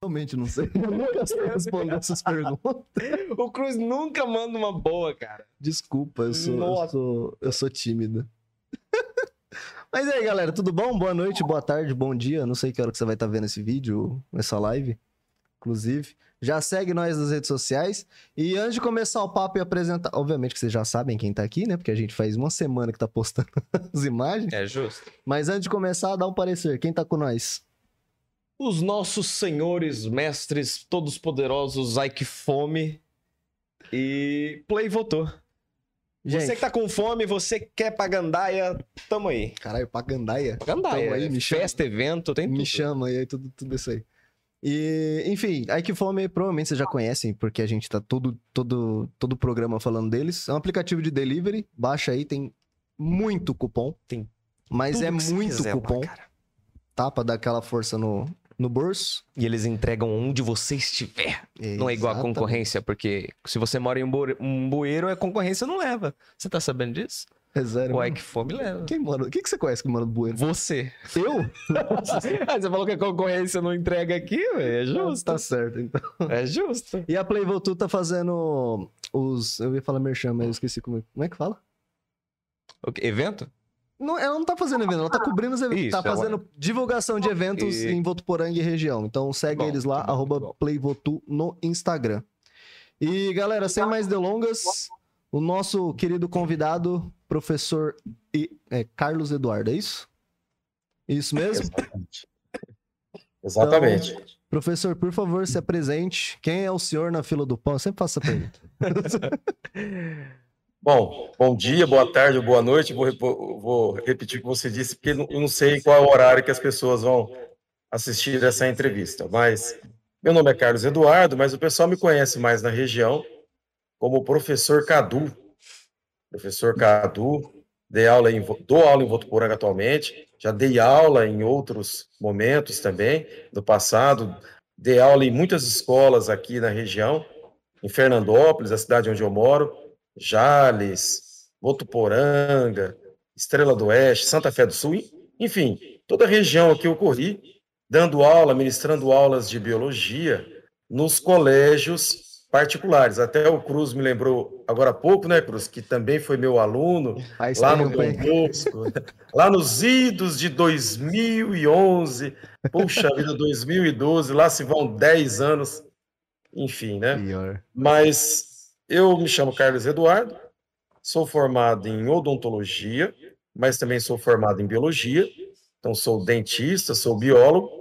Realmente não sei. Eu nunca sei responder essas perguntas. O Cruz nunca manda uma boa, cara. Desculpa, eu sou tímido. Mas e aí, galera, tudo bom? Boa noite, boa tarde, bom dia. Não sei que hora que você vai estar vendo esse vídeo, essa live, inclusive. Já segue nós nas redes sociais. E antes de começar o papo e apresentar... Obviamente que vocês já sabem quem tá aqui, né? Porque a gente faz uma semana que tá postando as imagens. É justo. Mas antes de começar, dá um parecer. Quem tá com nós? Os nossos senhores, mestres, todos poderosos, Ike Fome e Play votou. Gente, Você que tá com fome, você quer pra gandaia, tamo aí. caralho, pra gandaia. Gandaia, Tamo aí, me chama. festa, evento, tem Me tudo. chama e aí tudo isso aí. E, enfim, a Ikefome provavelmente vocês já conhecem, porque a gente tá todo o programa falando deles. É um aplicativo de delivery, baixa aí, tem muito cupom. Tem mas tudo é que você muito quiser lá, cupom, cara. tá? Pra dar aquela força no bolso. E eles entregam onde você estiver. Não é igual a Exatamente. concorrência, porque se você mora em um bueiro, a concorrência não leva. Você tá sabendo disso? É sério. O mesmo? Ike Fome leva. Quem mora? Quem que você conhece que mora no bueiro? Você. Eu? Ah, você falou que a concorrência não entrega aqui, velho. É justo. Tá certo, então. É justo. E a Playvotu tá fazendo os... Eu ia falar merchan, mas eu esqueci como é que fala. O quê? Evento? Não, ela não tá fazendo evento, ela tá cobrindo os eventos. Isso, Tá fazendo divulgação de eventos E- em Votuporanga e região. Então segue Bom, eles lá, tá bom, tá bom. @playvotu no Instagram. E galera, sem mais delongas, o nosso querido convidado, professor Carlos Eduardo, é isso? Isso mesmo? Exatamente. Então, professor, por favor, se apresente. Quem é o senhor na fila do pão? Eu sempre faço essa pergunta. Bom dia, boa tarde ou boa noite. Vou repetir o que você disse, porque eu não sei qual é o horário que as pessoas vão assistir essa entrevista. Mas meu nome é Carlos Eduardo, mas o pessoal me conhece mais na região como o professor Cadu. Professor Cadu, dou aula em Votuporanga atualmente, já dei aula em outros momentos também, no passado. Dei aula em muitas escolas aqui na região, em Fernandópolis, a cidade onde eu moro, Jales, Votuporanga, Estrela do Oeste, Santa Fé do Sul, enfim, toda a região aqui eu corri, dando aula, ministrando aulas de biologia nos colégios particulares. Até o Cruz me lembrou agora há pouco, né, Cruz, que também foi meu aluno Faz lá no tempo, hein? Dom Bosco, lá nos idos de 2011, puxa vida, 2012, lá se vão 10 anos, enfim, né? Pior. Mas eu me chamo Carlos Eduardo, sou formado em odontologia, mas também sou formado em biologia, então sou dentista, sou biólogo,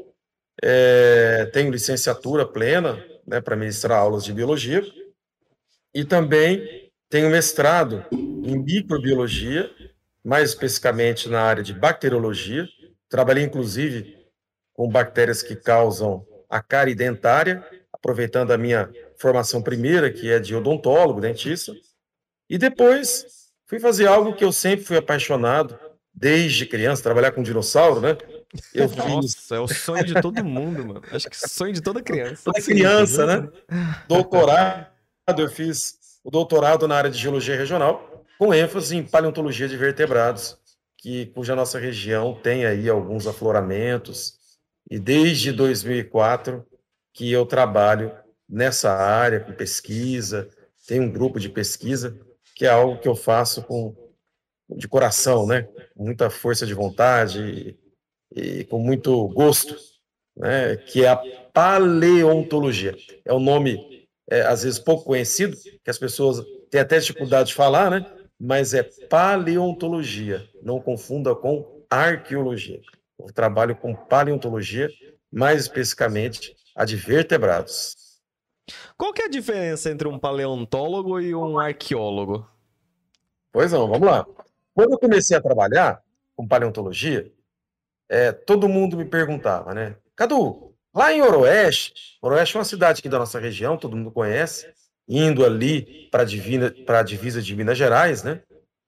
tenho licenciatura plena, né, para ministrar aulas de biologia, e também tenho mestrado em microbiologia, mais especificamente na área de bacteriologia. Trabalhei, inclusive, com bactérias que causam a cárie dentária, aproveitando a minha formação primeira, que é de odontólogo, dentista. E depois fui fazer algo que eu sempre fui apaixonado, desde criança, trabalhar com dinossauro, né? Eu fiz Nossa, é o sonho de todo mundo, mano. Acho que sonho de toda criança. toda criança, né? Doutorado, eu fiz o doutorado na área de geologia regional, com ênfase em paleontologia de vertebrados, cuja nossa região tem aí alguns afloramentos, e desde 2004 que eu trabalho nessa área com pesquisa, tenho um grupo de pesquisa, que é algo que eu faço de coração, né? Com muita força de vontade e com muito gosto, né? Que é a paleontologia. É um nome, às vezes, pouco conhecido, que as pessoas têm até dificuldade de falar, né? Mas é paleontologia. Não confunda com arqueologia. Eu trabalho com paleontologia, mais especificamente a de vertebrados. Qual que é a diferença entre um paleontólogo e um arqueólogo? Pois não, vamos lá. Quando eu comecei a trabalhar com paleontologia, todo mundo me perguntava, né? Cadu, lá em Oroeste é uma cidade aqui da nossa região, todo mundo conhece, indo ali para a divisa de Minas Gerais, né?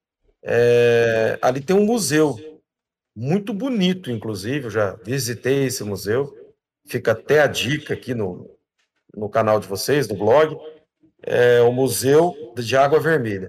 Ali tem um museu muito bonito, inclusive, eu já visitei esse museu, fica até a dica aqui no canal de vocês, no blog, é o Museu de Água Vermelha.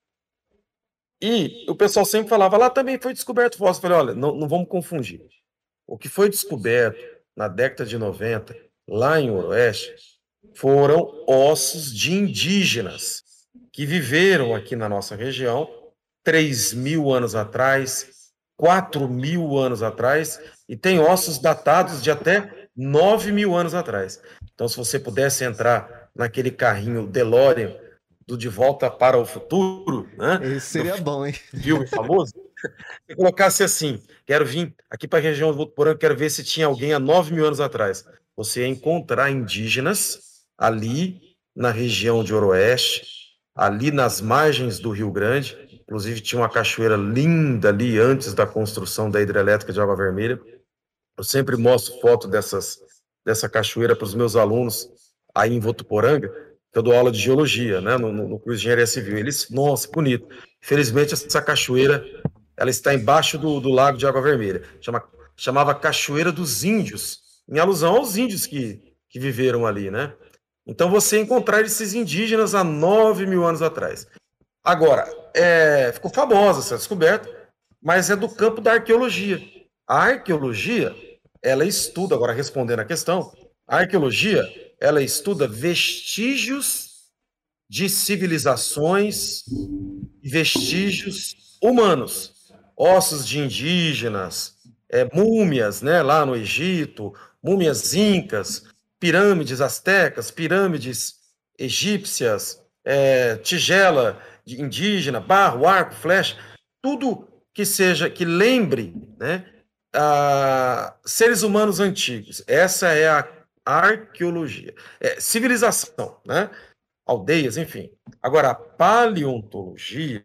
E o pessoal sempre falava, lá também foi descoberto fóssil. Eu falei, olha, não vamos confundir. O que foi descoberto na década de 90 lá em Oroeste, foram ossos de indígenas que viveram aqui na nossa região 3.000 anos atrás, 4.000 anos atrás, e tem ossos datados de até 9.000 anos atrás. Então, se você pudesse entrar naquele carrinho DeLorean do De Volta para o Futuro, né? Esse seria bom, hein? Filme famoso, se colocasse assim, quero vir aqui para a região do Votuporanga, quero ver se tinha alguém há 9.000 anos atrás. Você ia encontrar indígenas ali na região de Oroeste, ali nas margens do Rio Grande, inclusive tinha uma cachoeira linda ali antes da construção da hidrelétrica de Água Vermelha. Eu sempre mostro foto dessa cachoeira para os meus alunos aí em Votuporanga, que eu dou aula de geologia, né, no curso de engenharia civil. Eles, nossa, bonito. Infelizmente, essa cachoeira, ela está embaixo do lago de Água Vermelha. Chamava Cachoeira dos Índios, em alusão aos índios que viveram ali, né? Então, você encontrar esses indígenas há 9.000 anos atrás. Agora, ficou famosa essa descoberta, mas é do campo da arqueologia. A arqueologia, ela estuda, agora respondendo a questão, a arqueologia, ela estuda vestígios de civilizações e vestígios humanos, ossos de indígenas, múmias, né, lá no Egito, múmias incas, pirâmides astecas, pirâmides egípcias, tigela indígena, barro, arco, flecha, tudo que lembre, né, seres humanos antigos. Essa é a arqueologia. Civilização, né? Aldeias, enfim. Agora, a paleontologia,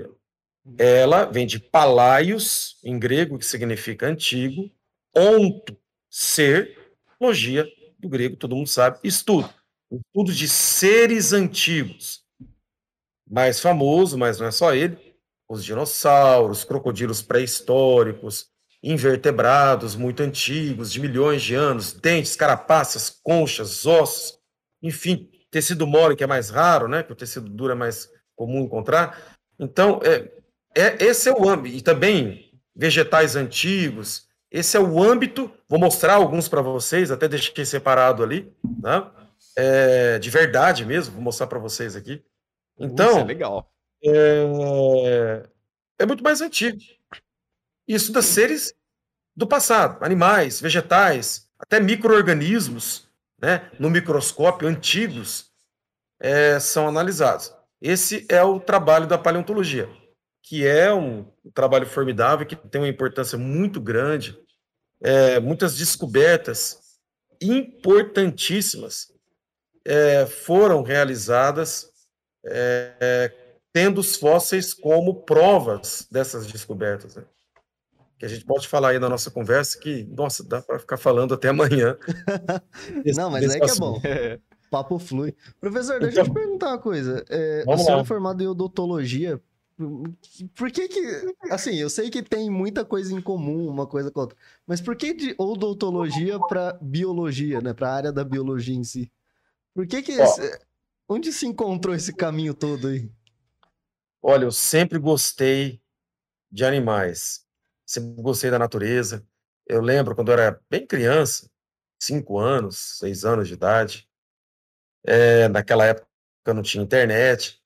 ela vem de palaios, em grego, que significa antigo, onto, ser, logia, do grego, todo mundo sabe, estudo. Estudo de seres antigos. Mais famoso, mas não é só ele, os dinossauros, crocodilos pré-históricos, invertebrados muito antigos, de milhões de anos, dentes, carapaças, conchas, ossos, enfim, tecido mole, que é mais raro, né? Que o tecido duro é mais comum encontrar. Então, esse é o âmbito. E também vegetais antigos. Esse é o âmbito. Vou mostrar alguns para vocês, até deixei separado ali, né? De verdade mesmo, vou mostrar para vocês aqui. Então, isso é legal. É muito mais antigo. Isso das seres do passado, animais, vegetais, até micro-organismos, né, no microscópio, antigos, são analisados. Esse é o trabalho da paleontologia, que é um trabalho formidável, que tem uma importância muito grande, muitas descobertas importantíssimas foram realizadas tendo os fósseis como provas dessas descobertas, né? Que a gente pode falar aí na nossa conversa que, nossa, dá para ficar falando até amanhã. Não, mas aí que é bom. Papo flui. Professor, deixa eu te perguntar uma coisa. O senhor é formado em odontologia. Por que, assim, eu sei que tem muita coisa em comum uma coisa com a outra, mas por que de odontologia para biologia, né? Para a área da biologia em si? Por que onde se encontrou esse caminho todo aí? Olha, eu sempre gostei de animais. Sempre gostei da natureza. Eu lembro quando eu era bem criança, 5 anos, 6 anos de idade, naquela época não tinha internet,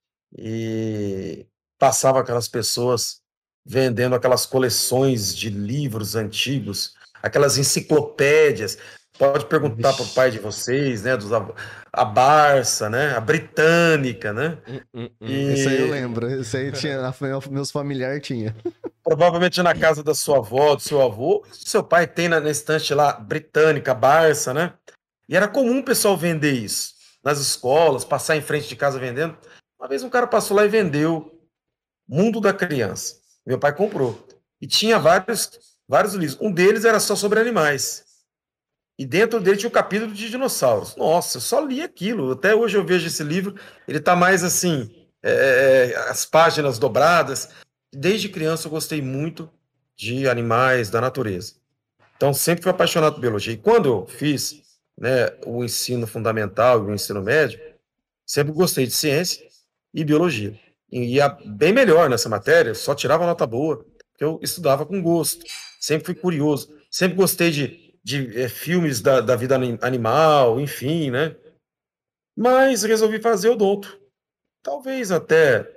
e passava aquelas pessoas vendendo aquelas coleções de livros antigos, aquelas enciclopédias. Pode perguntar para o pai de vocês, né? A Barça, né? A Britânica, né? Isso aí eu lembro. Isso aí tinha, meus familiares tinha. Provavelmente na casa da sua avó, do seu avô, seu pai tem na estante lá, Britânica, Barça, né? E era comum o pessoal vender isso nas escolas, passar em frente de casa vendendo. Uma vez um cara passou lá e vendeu Mundo da Criança. Meu pai comprou. E tinha vários livros. Um deles era só sobre animais. E dentro dele tinha um capítulo de dinossauros. Nossa, eu só li aquilo. Até hoje eu vejo esse livro. Ele está mais assim, as páginas dobradas. Desde criança eu gostei muito de animais, da natureza. Então sempre fui apaixonado por biologia. E quando eu fiz, né, o ensino fundamental e o ensino médio, sempre gostei de ciência e biologia. E ia bem melhor nessa matéria, só tirava nota boa, porque eu estudava com gosto. Sempre fui curioso. Sempre gostei de de filmes da vida animal, enfim, né? Mas resolvi fazer odonto. Talvez até,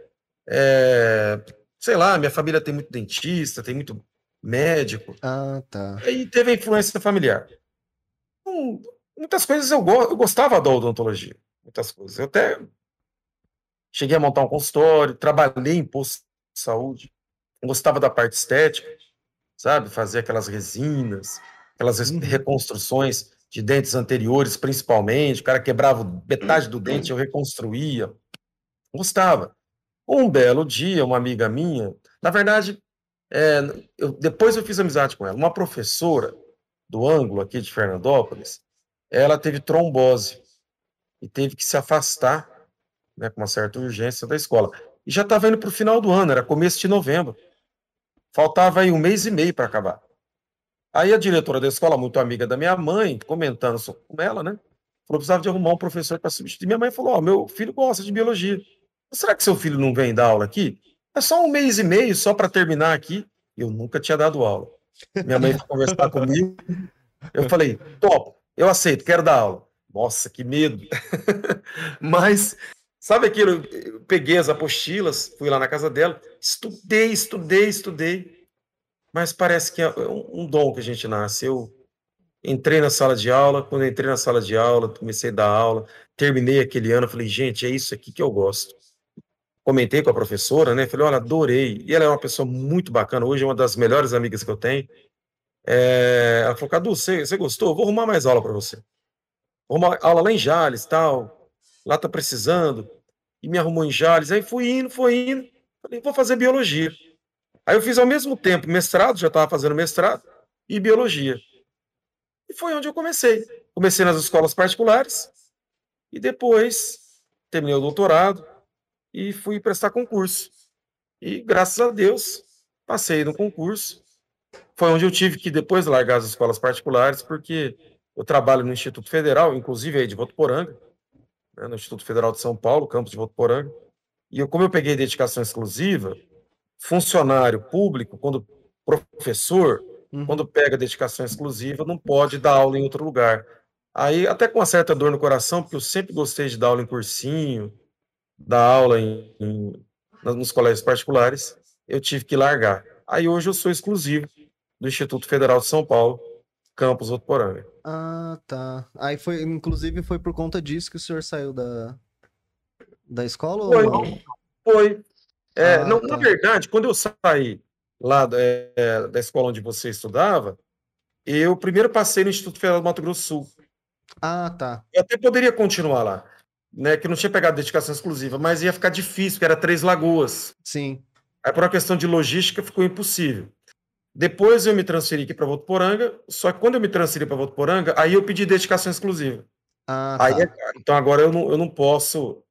sei lá, minha família tem muito dentista, tem muito médico. Ah, tá. Aí teve a influência familiar. Muitas coisas eu gostava da odontologia. Muitas coisas. Eu até cheguei a montar um consultório, trabalhei em posto de saúde, gostava da parte estética, sabe? Fazer aquelas resinas, aquelas reconstruções de dentes anteriores, principalmente. O cara quebrava metade do dente, eu reconstruía. Gostava. Um belo dia, uma amiga minha, na verdade, depois eu fiz amizade com ela, uma professora do ângulo aqui de Fernandópolis, ela teve trombose e teve que se afastar, né, com uma certa urgência da escola. E já estava indo para o final do ano, era começo de novembro. Faltava aí 1 mês e meio para acabar. Aí a diretora da escola, muito amiga da minha mãe, comentando com ela, né, falou que precisava de arrumar um professor para substituir. Minha mãe falou: meu filho gosta de biologia. Será que seu filho não vem dar aula aqui? É só 1 mês e meio, só para terminar aqui. Eu nunca tinha dado aula. Minha mãe foi conversar comigo. Eu falei: top, eu aceito, quero dar aula. Nossa, que medo. Mas, sabe aquilo? Eu peguei as apostilas, fui lá na casa dela, estudei. Mas parece que é um dom que a gente nasce. Eu entrei na sala de aula, quando entrei na sala de aula, comecei a dar aula, terminei aquele ano, falei: gente, é isso aqui que eu gosto. Comentei com a professora, né? Falei: olha, adorei. E ela é uma pessoa muito bacana, hoje é uma das melhores amigas que eu tenho. Ela falou: Cadu, você gostou? Vou arrumar mais aula para você. Vou arrumar aula lá em Jales, tal. Lá tá precisando. E me arrumou em Jales. Aí fui indo. Falei: vou fazer biologia. Aí eu fiz ao mesmo tempo mestrado, já estava fazendo mestrado, e biologia. E foi onde eu comecei. Comecei nas escolas particulares e depois terminei o doutorado e fui prestar concurso. E graças a Deus passei no concurso. Foi onde eu tive que depois largar as escolas particulares, porque eu trabalho no Instituto Federal, inclusive aí de Votuporanga, né, no Instituto Federal de São Paulo, campus de Votuporanga. E como eu peguei dedicação exclusiva, funcionário público, quando professor, quando pega dedicação exclusiva, não pode dar aula em outro lugar. Aí, até com uma certa dor no coração, porque eu sempre gostei de dar aula em cursinho, dar aula nos colégios particulares, eu tive que largar. Aí hoje eu sou exclusivo do Instituto Federal de São Paulo, campus Votuporanga. Ah, tá. Aí inclusive foi por conta disso que o senhor saiu da escola ou não? Foi. Não, tá. Na verdade, quando eu saí lá da escola onde você estudava, eu primeiro passei no Instituto Federal do Mato Grosso do Sul. Ah, tá. Eu até poderia continuar lá, né, que não tinha pegado dedicação exclusiva, mas ia ficar difícil, porque era 3 Lagoas. Sim. Aí, por uma questão de logística, ficou impossível. Depois eu me transferi aqui para Votuporanga, só que quando eu me transferi para Votuporanga, aí eu pedi dedicação exclusiva. Ah, Aí, tá. então agora eu não posso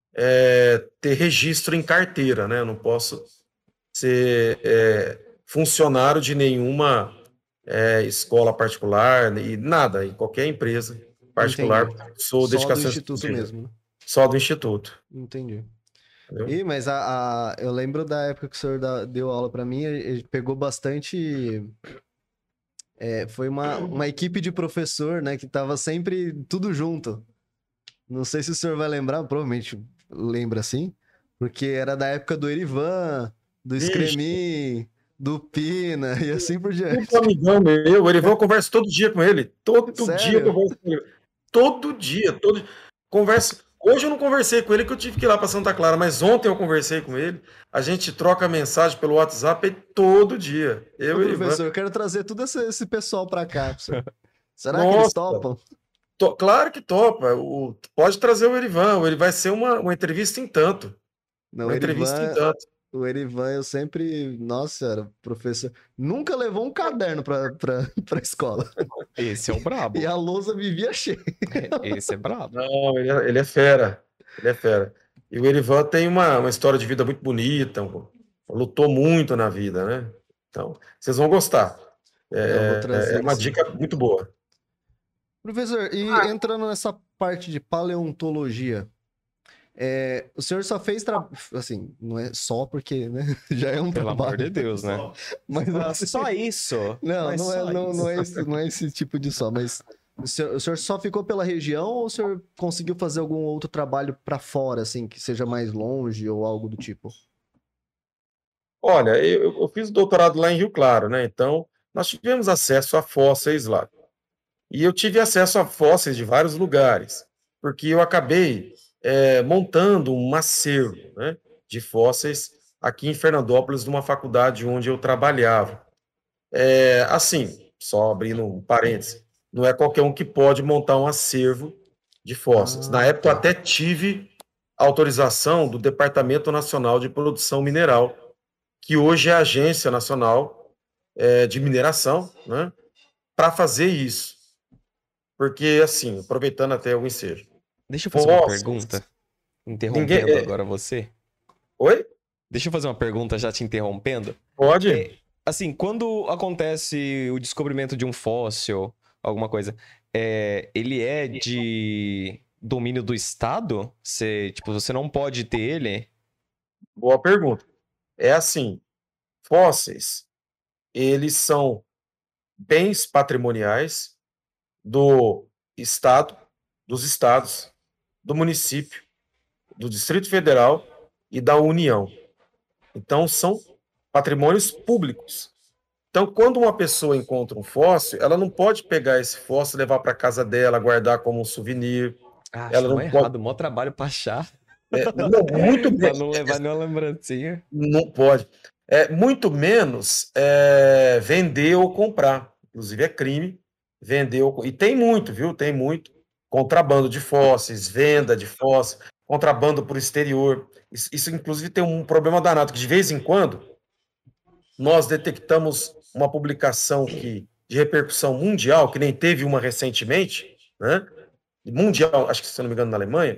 ter registro em carteira, né? Eu não posso ser funcionário de nenhuma escola particular e nada, em qualquer empresa particular. Entendi. Sou Só do dedicação instituto exclusiva. mesmo, né? Só do instituto. Entendi. Entendeu? Mas eu lembro da época que o senhor deu aula pra mim, ele pegou bastante. Foi uma equipe de professor, né, que tava sempre tudo junto. Não sei se o senhor vai lembrar, provavelmente lembra assim, porque era da época do Erivan, do Scremin, do Pina e assim por diante. Muito amigão meu, o Erivan, eu converso todo dia com ele. Todo dia eu Sério? converso com ele. Todo dia. Converso. Hoje eu não conversei com ele, que eu tive que ir lá para Santa Clara, mas ontem eu conversei com ele. A gente troca mensagem pelo WhatsApp todo dia. Eu Ô, e o Erivan. professor, eu quero trazer todo esse pessoal pra cá, professor. Será que Nossa, eles topam? claro que topa. Pode trazer o Erivan. Ele vai ser uma entrevista em tanto. Não, Uma entrevista em tanto. o Erivan, eu sempre. Nossa senhora, professor. Nunca levou um caderno pra escola. Esse é o brabo. E a lousa vivia cheia. Esse é brabo. Não, ele é fera. Ele é fera. E o Erivan tem uma história de vida muito bonita. Lutou muito na vida, né? Então, vocês vão gostar. Eu vou trazer É uma sim. dica muito boa. Professor, e entrando nessa parte de paleontologia, O senhor só fez assim, não é só porque, né? Já é um Pelo trabalho. amor de Deus, né? Mas assim, Só isso. não, Mas não só é, isso. não é esse tipo de só, mas o senhor só ficou pela região ou o senhor conseguiu fazer algum outro trabalho pra fora, assim, que seja mais longe ou algo do tipo? Olha, eu fiz doutorado lá em Rio Claro, né? Então, nós tivemos acesso a fósseis lá. E eu tive acesso a fósseis de vários lugares, porque eu acabei montando um acervo, né, de fósseis aqui em Fernandópolis, numa faculdade onde eu trabalhava. Assim, só abrindo um parênteses, não é qualquer um que pode montar um acervo de fósseis. Na época, eu Tá. até tive autorização do Departamento Nacional de Produção Mineral, que hoje é a Agência Nacional de Mineração, né, para fazer isso. Porque, assim, aproveitando até o ensejo, Deixa eu fazer uma fósseis, pergunta, ninguém... interrompendo agora você. Oi? Deixa eu fazer uma pergunta já te interrompendo. Pode? Assim, quando acontece o descobrimento de um fóssil, alguma coisa, ele é de domínio do Estado? Você não pode ter ele? Boa pergunta. É assim, fósseis, eles são bens patrimoniais do Estado, dos estados, do município, do Distrito Federal e da União. Então, são patrimônios públicos. Então, quando uma pessoa encontra um fóssil, ela não pode pegar esse fóssil, levar para casa dela, guardar como um souvenir. Acho Ela mó não pode. errado, mó trabalho pra achar, Não, muito pra menos. não levar nenhuma lembrancinha. Não pode. Muito menos vender ou comprar. Inclusive, é crime vender ou. E tem muito, viu? Tem muito. Contrabando de fósseis, venda de fósseis, contrabando para o exterior. Isso, inclusive, tem um problema danado, que de vez em quando nós detectamos uma publicação de repercussão mundial, que nem teve uma recentemente, né? Mundial, acho que se eu não me engano, na Alemanha.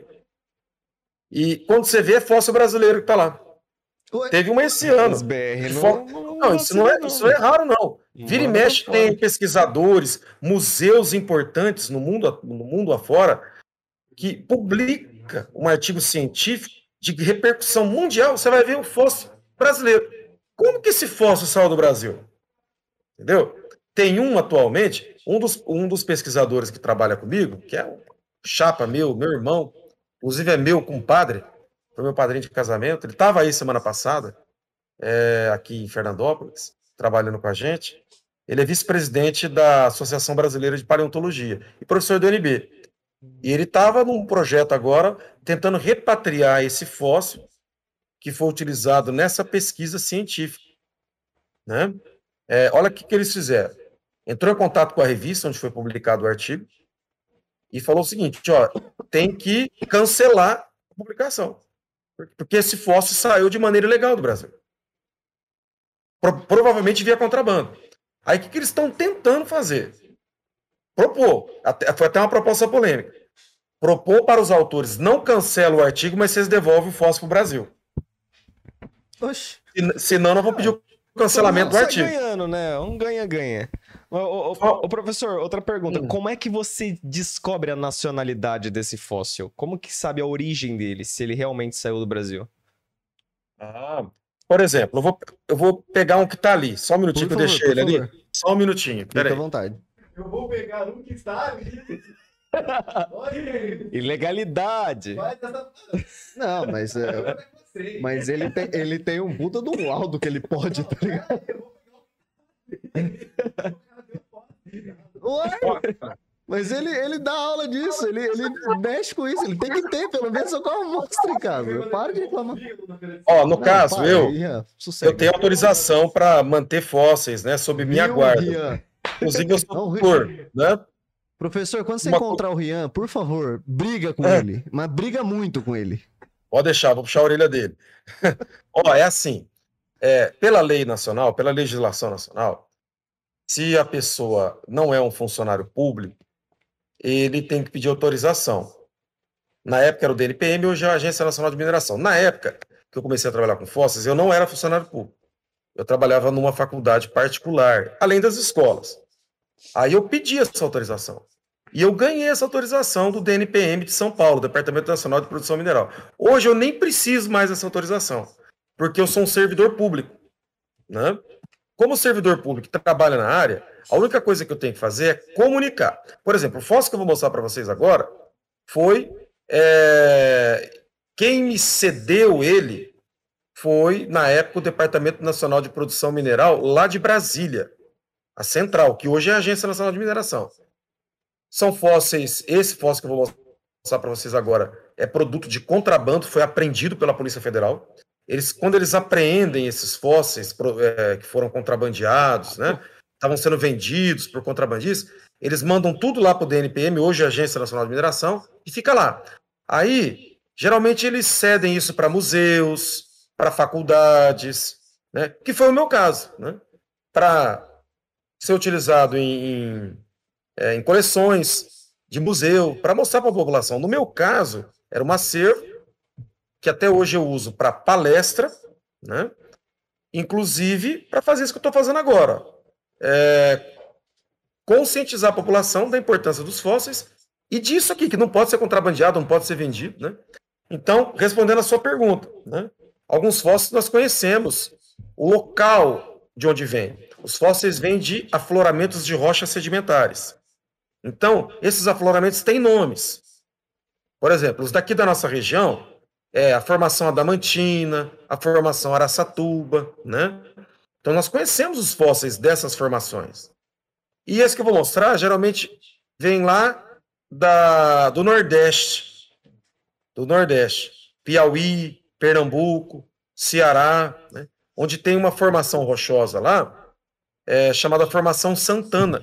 E quando você vê, é fóssil brasileiro que está lá. Ué? Teve uma esse Os ano. BR Não, isso não vacila, é raro, não. Vira e Manda pra mexe, fora. tem pesquisadores, museus importantes no mundo afora, que publica um artigo científico de repercussão mundial. Você vai ver o fóssil brasileiro. Como que esse fóssil saiu do Brasil? Entendeu? Tem atualmente, um dos pesquisadores que trabalha comigo, que é um chapa meu irmão, inclusive é meu compadre, foi meu padrinho de casamento, ele estava aí semana passada, aqui em Fernandópolis, trabalhando com a gente. Ele é vice-presidente da Associação Brasileira de Paleontologia e professor do UNB. E ele estava num projeto agora tentando repatriar esse fóssil que foi utilizado nessa pesquisa científica, né? Olha o que eles fizeram. Entrou em contato com a revista onde foi publicado o artigo e falou o seguinte, ó, tem que cancelar a publicação, porque esse fóssil saiu de maneira ilegal do Brasil. Provavelmente via contrabando. Aí o que eles estão tentando fazer? Propor, foi até uma proposta polêmica, propor para os autores, não cancela o artigo, mas vocês devolvem o fóssil para o Brasil. Oxi. Senão, nós vamos pedir o cancelamento do artigo. Ganhando, né? Um ganha-ganha. Ô, professor, outra pergunta. Como é que você descobre a nacionalidade desse fóssil? Como que sabe a origem dele, se ele realmente saiu do Brasil? Por exemplo, eu vou pegar um que está ali. Só um minutinho que eu deixei ele ali. Só um minutinho. Fica à vontade. Eu vou pegar um que está ali. Ilegalidade. Não, mas ele tem um puta de um laudo que ele pode, tá ligado? Ué? Mas ele dá aula disso, ele mexe com isso, ele tem que ter, pelo menos eu mostro em casa. Para de reclamar. No caso, eu tenho autorização para manter fósseis, né, sob minha guarda. Inclusive, eu sou tutor, né? Professor, quando você encontrar o Rian, por favor, briga com ele, mas briga muito com ele. Pode deixar, vou puxar a orelha dele. É assim, pela lei nacional, pela legislação nacional, se a pessoa não é um funcionário público, ele tem que pedir autorização. Na época era o DNPM, hoje é a Agência Nacional de Mineração. Na época que eu comecei a trabalhar com fósseis, eu não era funcionário público. Eu trabalhava numa faculdade particular, além das escolas. Aí eu pedi essa autorização. E eu ganhei essa autorização do DNPM de São Paulo, Departamento Nacional de Produção Mineral. Hoje eu nem preciso mais dessa autorização, porque eu sou um servidor público, né? Como servidor público que trabalha na área, a única coisa que eu tenho que fazer é comunicar. Por exemplo, o fósforo que eu vou mostrar para vocês agora foi... Quem me cedeu ele foi, na época, o Departamento Nacional de Produção Mineral, lá de Brasília, a central, que hoje é a Agência Nacional de Mineração. São fósseis, esse fóssil que eu vou mostrar para vocês agora é produto de contrabando, foi apreendido pela Polícia Federal. Quando eles apreendem esses fósseis que foram contrabandeados, né, estavam sendo vendidos por contrabandistas, eles mandam tudo lá para o DNPM, hoje é a Agência Nacional de Mineração, e fica lá. Aí, geralmente, eles cedem isso para museus, para faculdades, né, que foi o meu caso, né, para ser utilizado em coleções de museu, para mostrar para a população. No meu caso, era um acervo que até hoje eu uso para palestra, né? Inclusive para fazer isso que eu estou fazendo agora. Conscientizar a população da importância dos fósseis e disso aqui, que não pode ser contrabandeado, não pode ser vendido, né? Então, respondendo a sua pergunta, né? Alguns fósseis nós conhecemos o local de onde vem. Os fósseis vêm de afloramentos de rochas sedimentares. Então, esses afloramentos têm nomes. Por exemplo, os daqui da nossa região é a formação adamantina, a formação araçatuba, né? Então, nós conhecemos os fósseis dessas formações. E esse que eu vou mostrar, geralmente, vem lá do Nordeste. Do Nordeste. Piauí, Pernambuco, Ceará, né? Onde tem uma formação rochosa lá, chamada Formação Santana.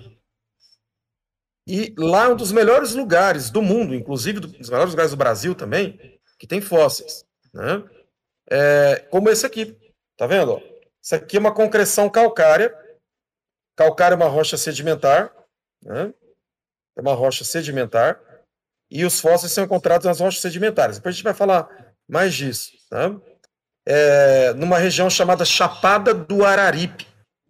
E lá é um dos melhores lugares do mundo, inclusive dos melhores lugares do Brasil também, que tem fósseis, né? Como esse aqui, tá vendo? Isso aqui é uma concreção calcária. Calcário é uma rocha sedimentar, né? É uma rocha sedimentar. E os fósseis são encontrados nas rochas sedimentares. Depois a gente vai falar mais disso, tá? Numa região chamada Chapada do Araripe.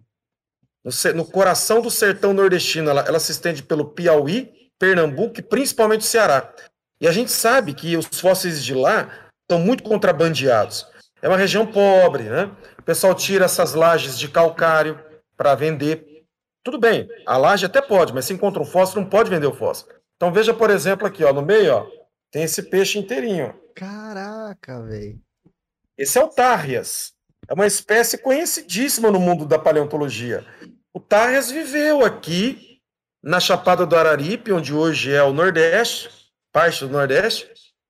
No coração do sertão nordestino, ela se estende pelo Piauí, Pernambuco e principalmente o Ceará. E a gente sabe que os fósseis de lá estão muito contrabandeados. É uma região pobre, né? O pessoal tira essas lajes de calcário para vender. Tudo bem, a laje até pode, mas se encontra um fósforo, não pode vender o fósforo. Então veja, por exemplo, aqui, ó, no meio, ó, tem esse peixe inteirinho. Caraca, velho. Esse é o Tárrias. É uma espécie conhecidíssima no mundo da paleontologia. O Tárrias viveu aqui na Chapada do Araripe, onde hoje é o Nordeste, parte do Nordeste.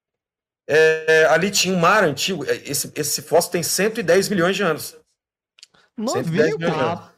Ali tinha um mar antigo. Esse fóssil tem 110 milhões de anos. Novinho, cara.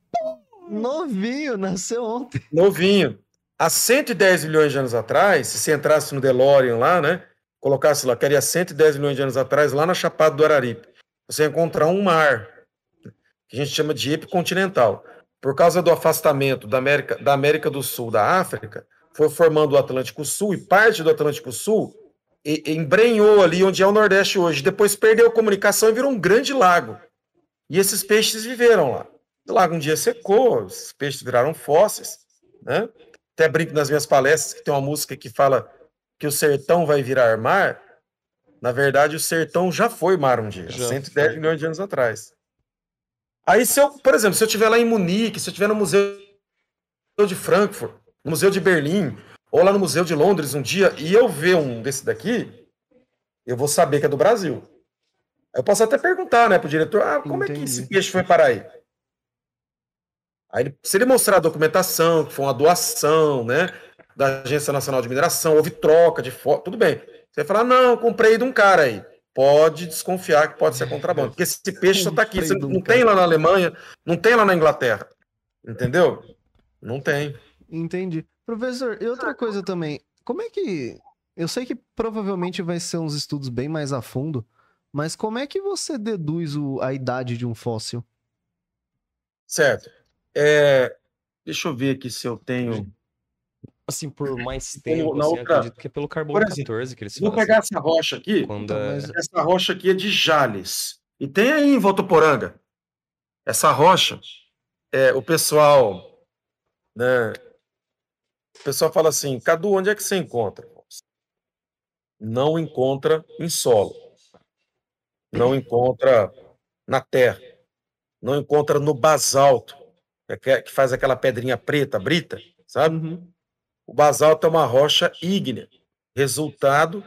Novinho, nasceu ontem. Novinho. Há 110 milhões de anos atrás, se você entrasse no DeLorean lá, né? Colocasse lá, queria 110 milhões de anos atrás, lá na Chapada do Araripe, você ia encontrar um mar, que a gente chama de epicontinental. Por causa do afastamento da América do Sul da África, foi formando o Atlântico Sul, e parte do Atlântico Sul embrenhou ali onde é o Nordeste hoje. Depois perdeu a comunicação e virou um grande lago. E esses peixes viveram lá. O lago um dia secou, esses peixes viraram fósseis, né? Até brinco nas minhas palestras que tem uma música que fala que o sertão vai virar mar. Na verdade, o sertão já foi mar um dia, 110 milhões de anos atrás. Aí, por exemplo, se eu estiver lá em Munique, se eu estiver no Museu de Frankfurt, no Museu de Berlim, ou lá no Museu de Londres um dia, e eu ver um desse daqui, eu vou saber que é do Brasil. Eu posso até perguntar, né, pro diretor, como é que esse peixe foi parar aí? Aí, se ele mostrar a documentação, que foi uma doação, né, da Agência Nacional de Mineração, houve troca de foto, tudo bem. Você vai falar, não, comprei de um cara aí. Pode desconfiar que pode ser contrabando, porque esse peixe só está aqui. Você não tem lá na Alemanha, não tem lá na Inglaterra. Entendeu? Não tem. Entendi. Professor, e outra coisa também, como é que... Eu sei que provavelmente vai ser uns estudos bem mais a fundo, mas como é que você deduz a idade de um fóssil? Certo. Deixa eu ver aqui se eu tenho... Assim, por mais tempo, assim, acredito que é pelo carbono 14 que eles fazem. Vou pegar essa rocha aqui. Essa rocha aqui é de Jales. E tem aí em Votuporanga. Essa rocha, o pessoal, né, O pessoal fala assim, Cadu, onde é que você encontra? Não encontra em solo. Não encontra na terra. Não encontra no basalto, que faz aquela pedrinha preta, brita, sabe? Uhum. O basalto é uma rocha ígnea, resultado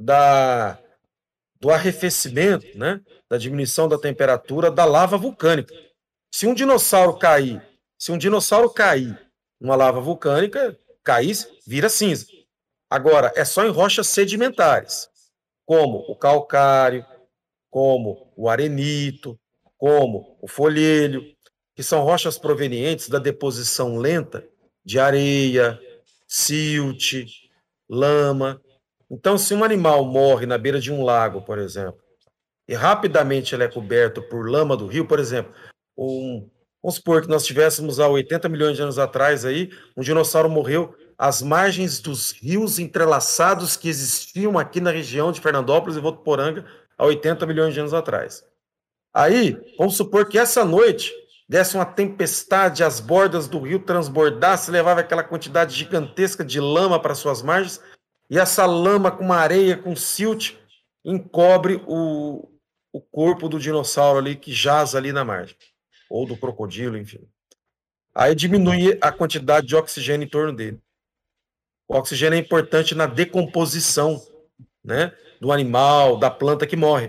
do arrefecimento, né? Da diminuição da temperatura da lava vulcânica. Se um dinossauro cair numa lava vulcânica, vira cinza. Agora, é só em rochas sedimentares, como o calcário, como o arenito, como o folhelho, que são rochas provenientes da deposição lenta de areia, silt, lama. Então, se um animal morre na beira de um lago, por exemplo, e rapidamente ele é coberto por lama do rio, por exemplo, vamos supor que nós tivéssemos há 80 milhões de anos atrás aí, um dinossauro morreu às margens dos rios entrelaçados que existiam aqui na região de Fernandópolis e Votuporanga há 80 milhões de anos atrás. Aí, vamos supor que essa noite desse uma tempestade, as bordas do rio transbordasse, levava aquela quantidade gigantesca de lama para suas margens, e essa lama com uma areia, com silt, encobre o corpo do dinossauro ali que jaz ali na margem, ou do crocodilo, enfim. Aí diminui a quantidade de oxigênio em torno dele. O oxigênio é importante na decomposição, né, do animal, da planta que morre.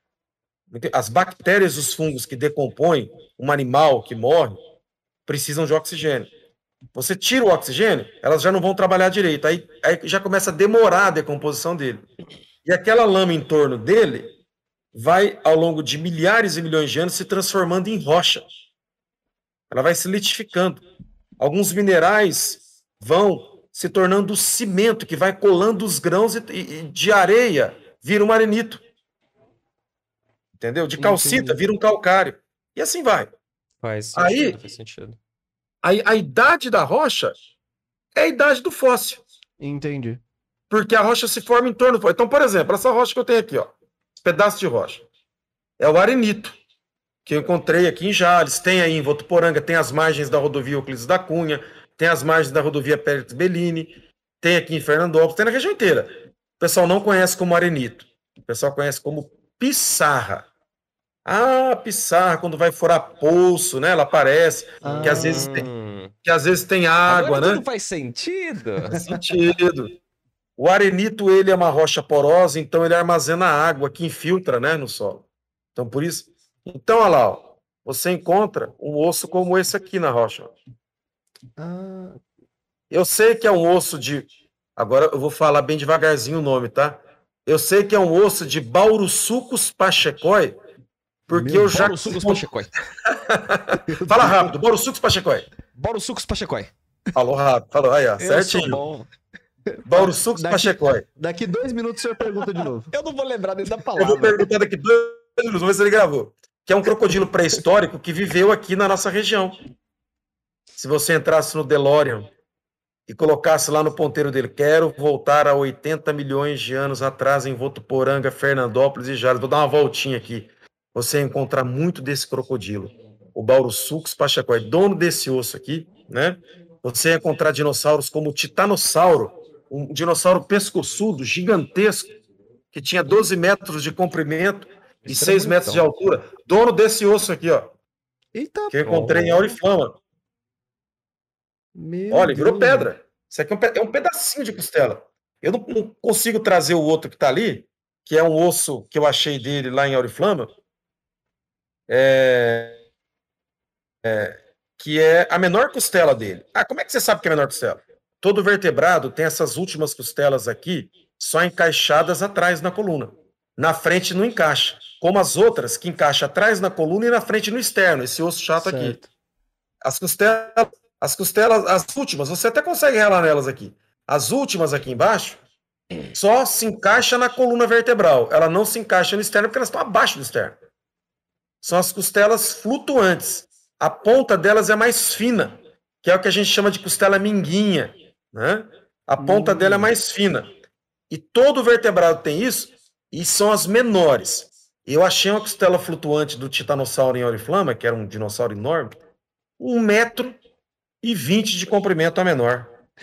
As bactérias e os fungos que decompõem um animal que morre precisam de oxigênio. Você tira o oxigênio, elas já não vão trabalhar direito. Aí já começa a demorar a decomposição dele. E aquela lama em torno dele vai, ao longo de milhares e milhões de anos, se transformando em rocha. Ela vai se litificando. Alguns minerais vão se tornando cimento, que vai colando os grãos e de areia vira um arenito. Entendeu? De calcita vira um calcário. E assim vai. Faz sentido, faz sentido. A idade da rocha é a idade do fóssil. Entendi. Porque a rocha se forma em torno do... Então, por exemplo, essa rocha que eu tenho aqui, ó, pedaço de rocha, é o arenito, que eu encontrei aqui em Jales, tem aí em Votuporanga, tem as margens da rodovia Euclides da Cunha, tem as margens da rodovia Pérez Bellini, tem aqui em Fernandópolis, tem na região inteira. O pessoal não conhece como arenito, o pessoal conhece como pissarra. Ah, pissarra, quando vai furar poço, né? Ela aparece, que às vezes tem água, agora né? Tudo faz sentido. Faz sentido. O arenito, ele é uma rocha porosa, então ele armazena água que infiltra, né, no solo. Então, por isso... Então, olha lá, ó, você encontra um osso como esse aqui na rocha. Eu sei que é um osso de... Agora eu vou falar bem devagarzinho o nome, tá? Eu sei que é um osso de Baurussucus pachecoi, porque eu já... Baurussucus pachecoi. Fala rápido, Baurussucus pachecoi. Baurussucus pachecoi. Falou rápido, falou, aí, ó, certinho. Eu sou bom. Baurussucus pachecoi. Daqui 2 minutos o senhor pergunta de novo. Eu não vou lembrar nem da Eu palavra. vou perguntar daqui 2 minutos, vamos ver se ele gravou. Que é um crocodilo pré-histórico que viveu aqui na nossa região. Se você entrasse no DeLorean e colocasse lá no ponteiro dele, quero voltar a 80 milhões de anos atrás em Votuporanga, Fernandópolis e Jales, vou dar uma voltinha aqui, você ia encontrar muito desse crocodilo, o Baurussucus pachecoi, dono desse osso aqui, né? Você ia encontrar dinossauros como o titanossauro, um dinossauro pescoçudo, gigantesco, que tinha 12 metros de comprimento e 6 metros de altura, dono desse osso aqui, ó. Eita, Que eu encontrei em Auriflama. Olha, virou pedra. Isso aqui é um pedacinho de costela. Eu não consigo trazer o outro que está ali, que é um osso que eu achei dele lá em Auriflama, que é a menor costela dele. Ah, como é que você sabe que é a menor costela? Todo vertebrado tem essas últimas costelas aqui só encaixadas atrás na coluna. Na frente não encaixa. Como as outras, que encaixa atrás na coluna e na frente no externo. Esse osso chato aqui. As costelas, as últimas, você até consegue relar nelas aqui. As últimas aqui embaixo, só se encaixa na coluna vertebral. Ela não se encaixa no externo porque elas estão abaixo do externo. São as costelas flutuantes. A ponta delas é mais fina, que é o que a gente chama de costela minguinha, né? A ponta dela é mais fina. E todo vertebrado tem isso, e são as menores. Eu achei uma costela flutuante do titanossauro em Auriflama, que era um dinossauro enorme, 1,20 m de comprimento a menor.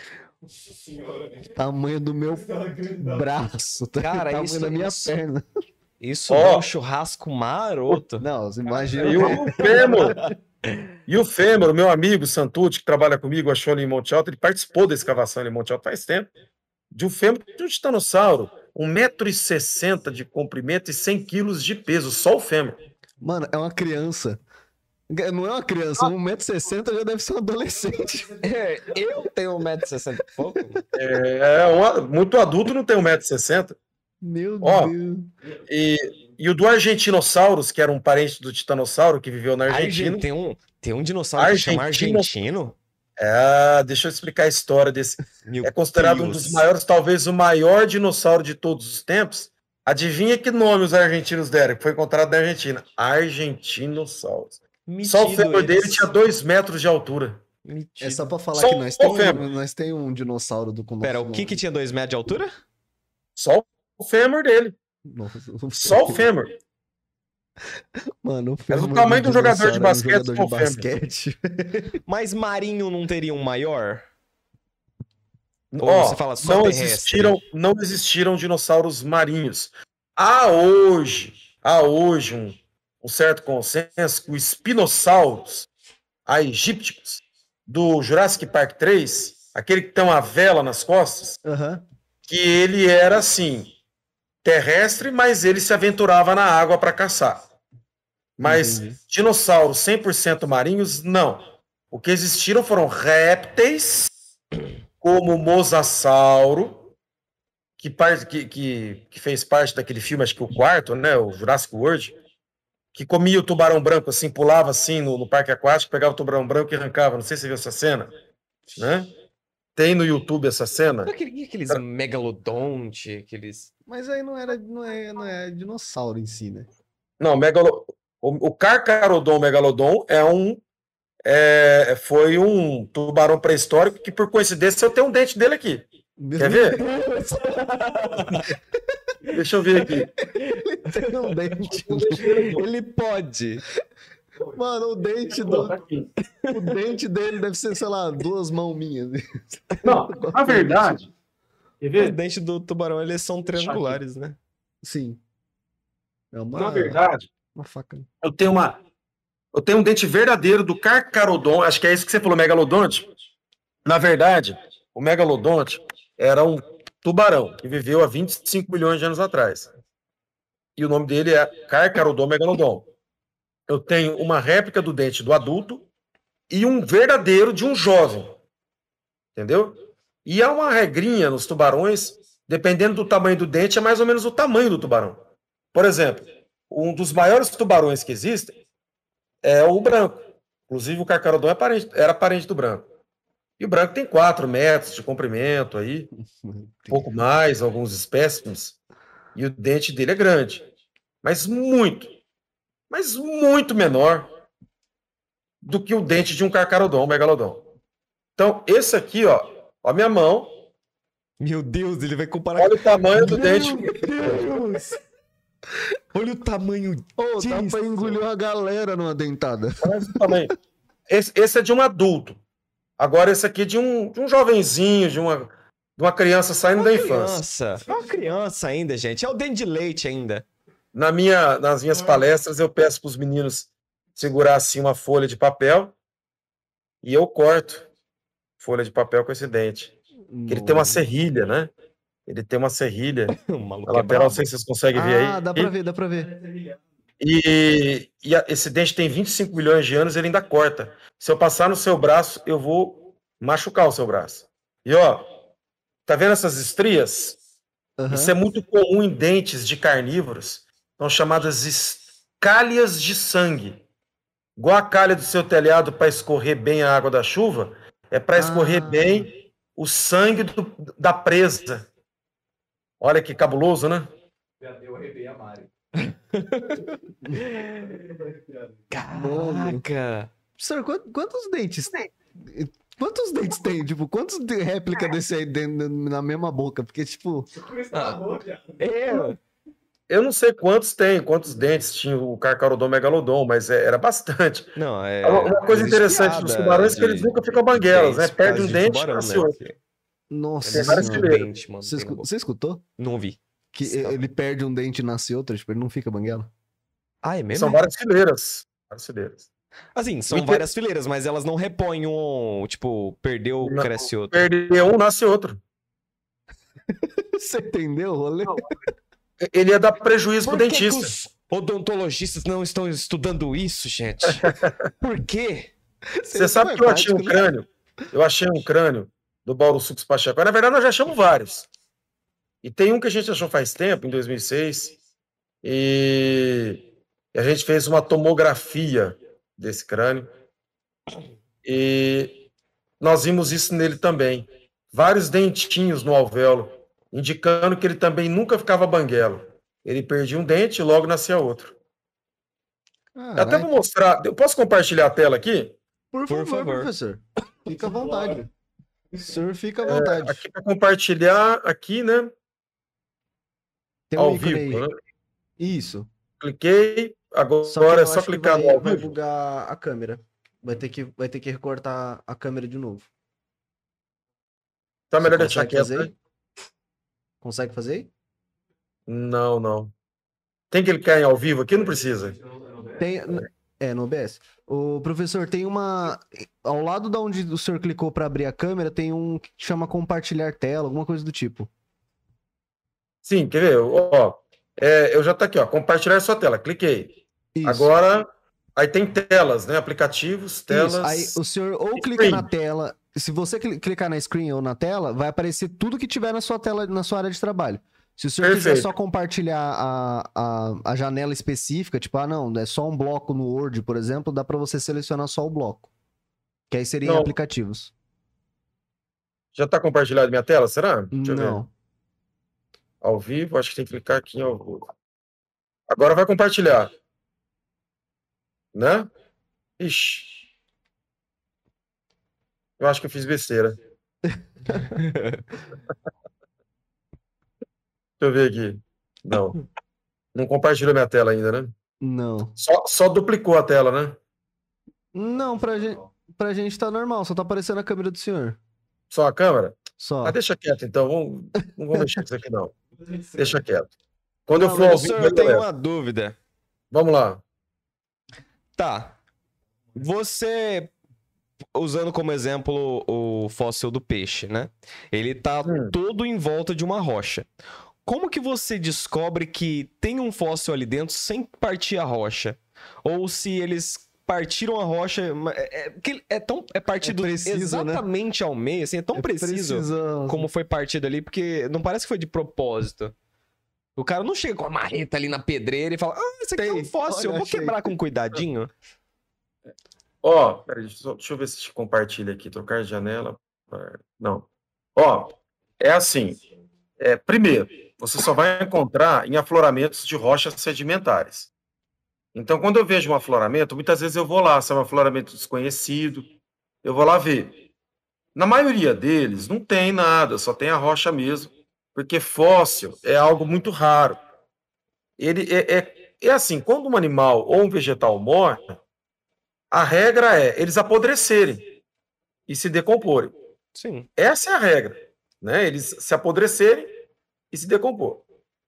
Tamanho do meu braço, tá? Cara, Tamanho isso- da minha isso- perna. Isso Ó. é um churrasco maroto. Não, você imagina. E o Fêmur, o meu amigo Santucci, que trabalha comigo, achou ali em Monte Alto, ele participou da escavação ali em Monte Alto faz tempo, de um fêmur de um titanossauro, 1,60 m de comprimento e 100 kg de peso, só o fêmur. Mano, é uma criança. Não é uma criança, 1,60 m já deve ser um adolescente. Eu tenho 1,60 m e pouco. Muito adulto não tem 1,60 m. Meu Ó, Deus. E o do Argentinossauros, que era um parente do titanossauro que viveu na Argentina. Tem um dinossauro que chama argentino? Deixa eu explicar a história desse. Meu É considerado um Deus. dos maiores, talvez o maior dinossauro de todos os tempos. Adivinha que nome os argentinos deram? Que foi encontrado na Argentina. Argentinossauros. Só o Metido fêmur dele eles. tinha 2 metros de altura. É só pra falar Só que o nós tem um dinossauro do com Pera, nosso o que nome. tinha 2 metros de altura? Só o fêmur dele. Nossa, Só o fêmur. Mano, o Mas o fêmur tamanho do jogador de dinossauro é um basquete, jogador só o de fêmur. basquete. Mas marinho não teria um maior? Ou Ó, você fala só terrestre? não existiram dinossauros marinhos. Há hoje um certo consenso que o Spinosaurus, a Aegyptius, do Jurassic Park 3, aquele que tem uma vela nas costas, Aham. que ele era assim, terrestre, mas ele se aventurava na água para caçar. Mas Entendi. dinossauros 100% marinhos, não. O que existiram foram répteis, como o Mosasauro, que fez parte daquele filme, acho que o quarto, né, o Jurassic World, que comia o tubarão branco, assim, pulava assim no parque aquático, pegava o tubarão branco e arrancava. Não sei se você viu essa cena, né? Tem no YouTube essa cena. E aqueles megalodonte, aqueles... Mas aí não é dinossauro em si, né? Não, o Carcharodon megalodon foi um tubarão pré-histórico que, por coincidência, eu tenho um dente dele aqui. Quer ver? Deixa eu ver aqui. Tem um dente. Ele pode. Mano, o dente dele deve ser, sei lá, 2 mãos minhas. Não, na verdade, quer Os ver? dentes do tubarão, eles são triangulares, né? Sim. É Na verdade, uma faca. eu tenho um dente verdadeiro do Carcharodon, acho que é isso que você falou, megalodonte. Na verdade, o megalodonte era um tubarão que viveu há 25 milhões de anos atrás. E o nome dele é Carcharodon megalodon. Eu tenho uma réplica do dente do adulto e um verdadeiro de um jovem. Entendeu? E há uma regrinha nos tubarões, dependendo do tamanho do dente, é mais ou menos o tamanho do tubarão. Por exemplo, um dos maiores tubarões que existem é o branco. Inclusive, o Carcharodon era parente do branco. E o branco tem 4 metros de comprimento aí, um pouco mais, alguns espécimes. E o dente dele é grande. Mas muito menor do que o dente de um Carcharodon, um megalodon. Então, esse aqui, ó a minha mão, Meu Deus, ele vai comparar... olha o tamanho do dente. Deus! Olha o tamanho Ô, dá disso. pra engolir uma galera numa dentada. Olha esse tamanho. Esse é de um adulto. Agora, esse aqui é de um jovenzinho, de uma criança saindo da infância. É uma criança ainda, gente. É o dente de leite ainda. Nas minhas palestras, eu peço para os meninos segurar assim uma folha de papel e eu corto folha de papel com esse dente. Que ele tem uma serrilha, né? Ele tem uma serrilha. O maluco Na é lateral, brabo. não sei se vocês conseguem ver aí. Dá pra ver, dá pra ver. Esse dente tem 25 milhões de anos, ele ainda corta. Se eu passar no seu braço, eu vou machucar o seu braço. E ó, tá vendo essas estrias? Aham. Isso é muito comum em dentes de carnívoros. São chamadas escalhas de sangue. Igual a calha do seu telhado para escorrer bem a água da chuva, é para escorrer bem o sangue da presa. Olha que cabuloso, né? Eu arrepiei a Mari. Caraca! Professor, quantos dentes tem? Quantos dentes tem? Tipo, quantos réplica desse aí na mesma boca? Porque, tipo... Eu não sei quantos dentes tinha o Carcharodon megalodon, mas era bastante. Não, Uma coisa interessante dos tubarões é que eles nunca ficam banguelas, né? Perde um dente e nasce outro. Nossa Tem várias senhora. fileiras. Dente, mano. Você tem na boca. você escutou? Não vi. Que ele perde um dente e nasce outro, tipo, ele não fica banguela? Ah, é mesmo? São várias fileiras. Várias fileiras. Assim, são Inter- várias fileiras, mas elas não repõem um. Tipo, perdeu, Não, cresce outro. Perdeu um, nasce outro. Você entendeu o rolê? Ele ia dar prejuízo pro Por que que dentista. os odontologistas não estão estudando isso, gente? Por quê? Você sabe que eu achei um né? crânio? Eu achei um crânio do Bauru Sucos Pacheco. Na verdade, nós já achamos vários. E tem um que a gente achou faz tempo, em 2006, e a gente fez uma tomografia desse crânio, e nós vimos isso nele também. Vários dentinhos no alvéolo, indicando que ele também nunca ficava banguelo. Ele perdia um dente e logo nascia outro. Eu até vou mostrar. Eu posso compartilhar a tela aqui? Por Por favor, favor. professor. Fica à vontade. O senhor fica à vontade. Aqui para compartilhar, aqui, né? Tem um Ao ícone vivo, aí. né? Isso. Cliquei, Só que agora eu é só acho que clicar no ao vai vivo. bugar a câmera. Vai ter que recortar a câmera de novo. Tá Você melhor deixar consegue quieto, fazer né? aí? Consegue fazer aí? Não, não. Tem que clicar em ao vivo aqui? Não precisa. Tem, no OBS. O professor, tem uma... Ao lado da onde o senhor clicou para abrir a câmera, tem um que chama compartilhar tela, alguma coisa do tipo. Sim, quer ver? Ó, eu já tá aqui, ó. Compartilhar sua tela. Cliquei. Isso. Agora, aí tem telas, né? Aplicativos, telas. Isso. Aí o senhor ou clica Screen. na tela... Se você clicar na screen ou na tela, vai aparecer tudo que tiver na sua tela, na sua área de trabalho. Se o senhor quiser Perfeito. só compartilhar a janela específica, tipo, não, é só um bloco no Word, por exemplo, dá para você selecionar só o bloco. Que aí seria em Não. aplicativos. Já tá compartilhado minha tela, será? Deixa eu ver. Não. Ao vivo, acho que tem que clicar aqui em ao vivo. Agora vai compartilhar. Né? Ixi. Eu acho que eu fiz besteira. Deixa eu ver aqui. Não. Não compartilhou minha tela ainda, né? Não. Só duplicou a tela, né? Não, pra gente tá normal, só tá aparecendo a câmera do senhor. Só a câmera? Só. Ah, deixa quieto, então. Não vamos mexer com isso aqui, não. Deixa quieto. Quando eu Não, for ao professor, vivo, eu tenho eu uma dúvida. Vamos lá. Tá. Você, usando como exemplo o fóssil do peixe, né? Ele tá todo em volta de uma rocha. Como que você descobre que tem um fóssil ali dentro sem partir a rocha? Ou se eles partiram a rocha... É partido preciso, né? exatamente ao meio, assim, é tão preciso como foi partido ali, porque não parece que foi de propósito. O cara não chega com a marreta ali na pedreira e fala, esse aqui é um fóssil, eu vou quebrar com cuidadinho. Ó, peraí, deixa eu ver se compartilha aqui. Trocar de janela. Não. Ó, é assim. Primeiro, você só vai encontrar em afloramentos de rochas sedimentares. Então, quando eu vejo um afloramento, muitas vezes eu vou lá, se é um afloramento desconhecido, eu vou lá ver. Na maioria deles, não tem nada, só tem a rocha mesmo, porque fóssil é algo muito raro. Ele é assim, quando um animal ou um vegetal morre, a regra é eles apodrecerem e se decomporem. Sim. Essa é a regra, né? Eles se apodrecerem e se decompor.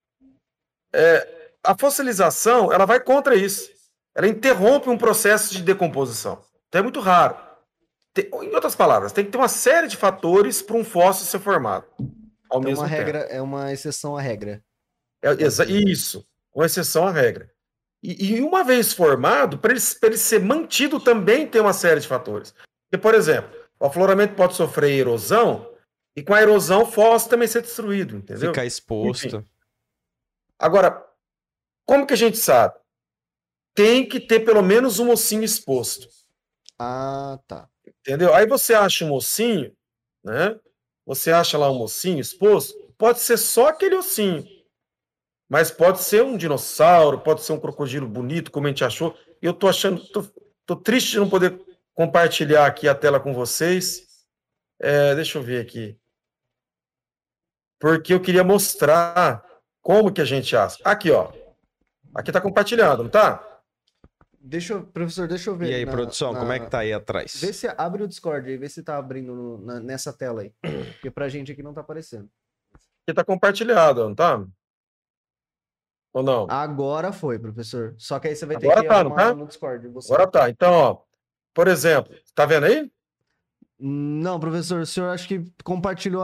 A fossilização, ela vai contra isso. Ela interrompe um processo de decomposição. Então é muito raro. Em outras palavras, tem que ter uma série de fatores para um fóssil ser formado ao Então, mesmo tempo. é uma exceção à regra. Isso, com exceção à regra. E uma vez formado, para ele ser mantido também tem uma série de fatores. Porque, por exemplo, o afloramento pode sofrer erosão e com a erosão o fóssil também ser destruído, entendeu? Ficar exposto. Enfim. Agora, como que a gente sabe? Tem que ter pelo menos um ossinho exposto. Ah, tá. Entendeu? Aí você acha um ossinho, né? Você acha lá um ossinho exposto, pode ser só aquele ossinho. Mas pode ser um dinossauro, pode ser um crocodilo bonito, como a gente achou. Eu tô achando, tô triste de não poder compartilhar aqui a tela com vocês. Deixa eu ver aqui. Porque eu queria mostrar como que a gente acha. Aqui, ó. Aqui tá compartilhado, não tá? Professor, deixa eu ver. E aí, produção, como é que tá aí atrás? Vê se abre o Discord aí, vê se tá abrindo nessa tela aí. Porque pra gente aqui não tá aparecendo. Aqui tá compartilhado, não tá? Ou não? Agora foi, professor. Só que aí você vai ter Agora que tá, não arrumar tá? no Discord. Você. Agora tá. Então, ó, por exemplo, tá vendo aí? Não, professor, o senhor acho que compartilhou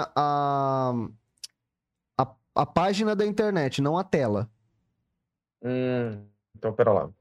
a página da internet, não a tela. Então, pera lá.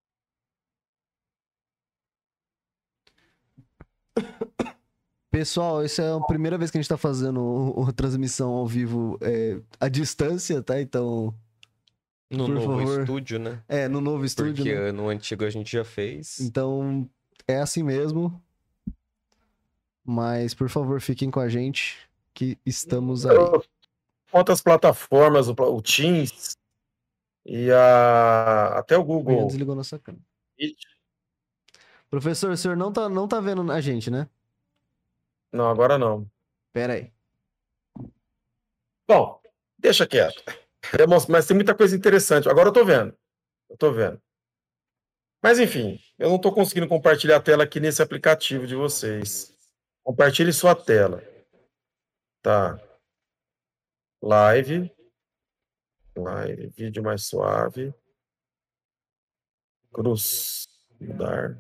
Pessoal, essa é a primeira vez que a gente tá fazendo transmissão ao vivo à distância, tá? Então, No por novo favor. estúdio, né? No novo estúdio, Porque né? no antigo a gente já fez. Então, é assim mesmo. Mas, por favor, fiquem com a gente, que estamos aí. Outras plataformas, o Teams e até o O Ian Google. desligou nossa câmera. Meet. Professor, o senhor não tá vendo a gente, né? Não, agora não. Pera aí. Bom, deixa quieto. Mas tem muita coisa interessante. Agora eu tô vendo. Mas enfim, eu não tô conseguindo compartilhar a tela aqui nesse aplicativo de vocês. Compartilhe sua tela. Tá. Live, vídeo mais suave. Cruz, mudar.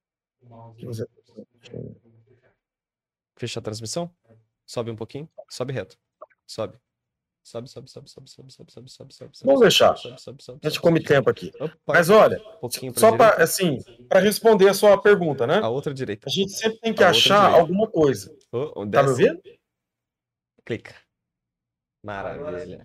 Fecha a transmissão? Sobe um pouquinho. Sobe reto. Sobe. Sobe. Vamos deixar. A gente come tempo aqui. Mas olha, só para assim, para responder a sua pergunta, né? A outra direita. A gente sempre tem que achar alguma coisa. Tá me ouvindo? Clica. Maravilha.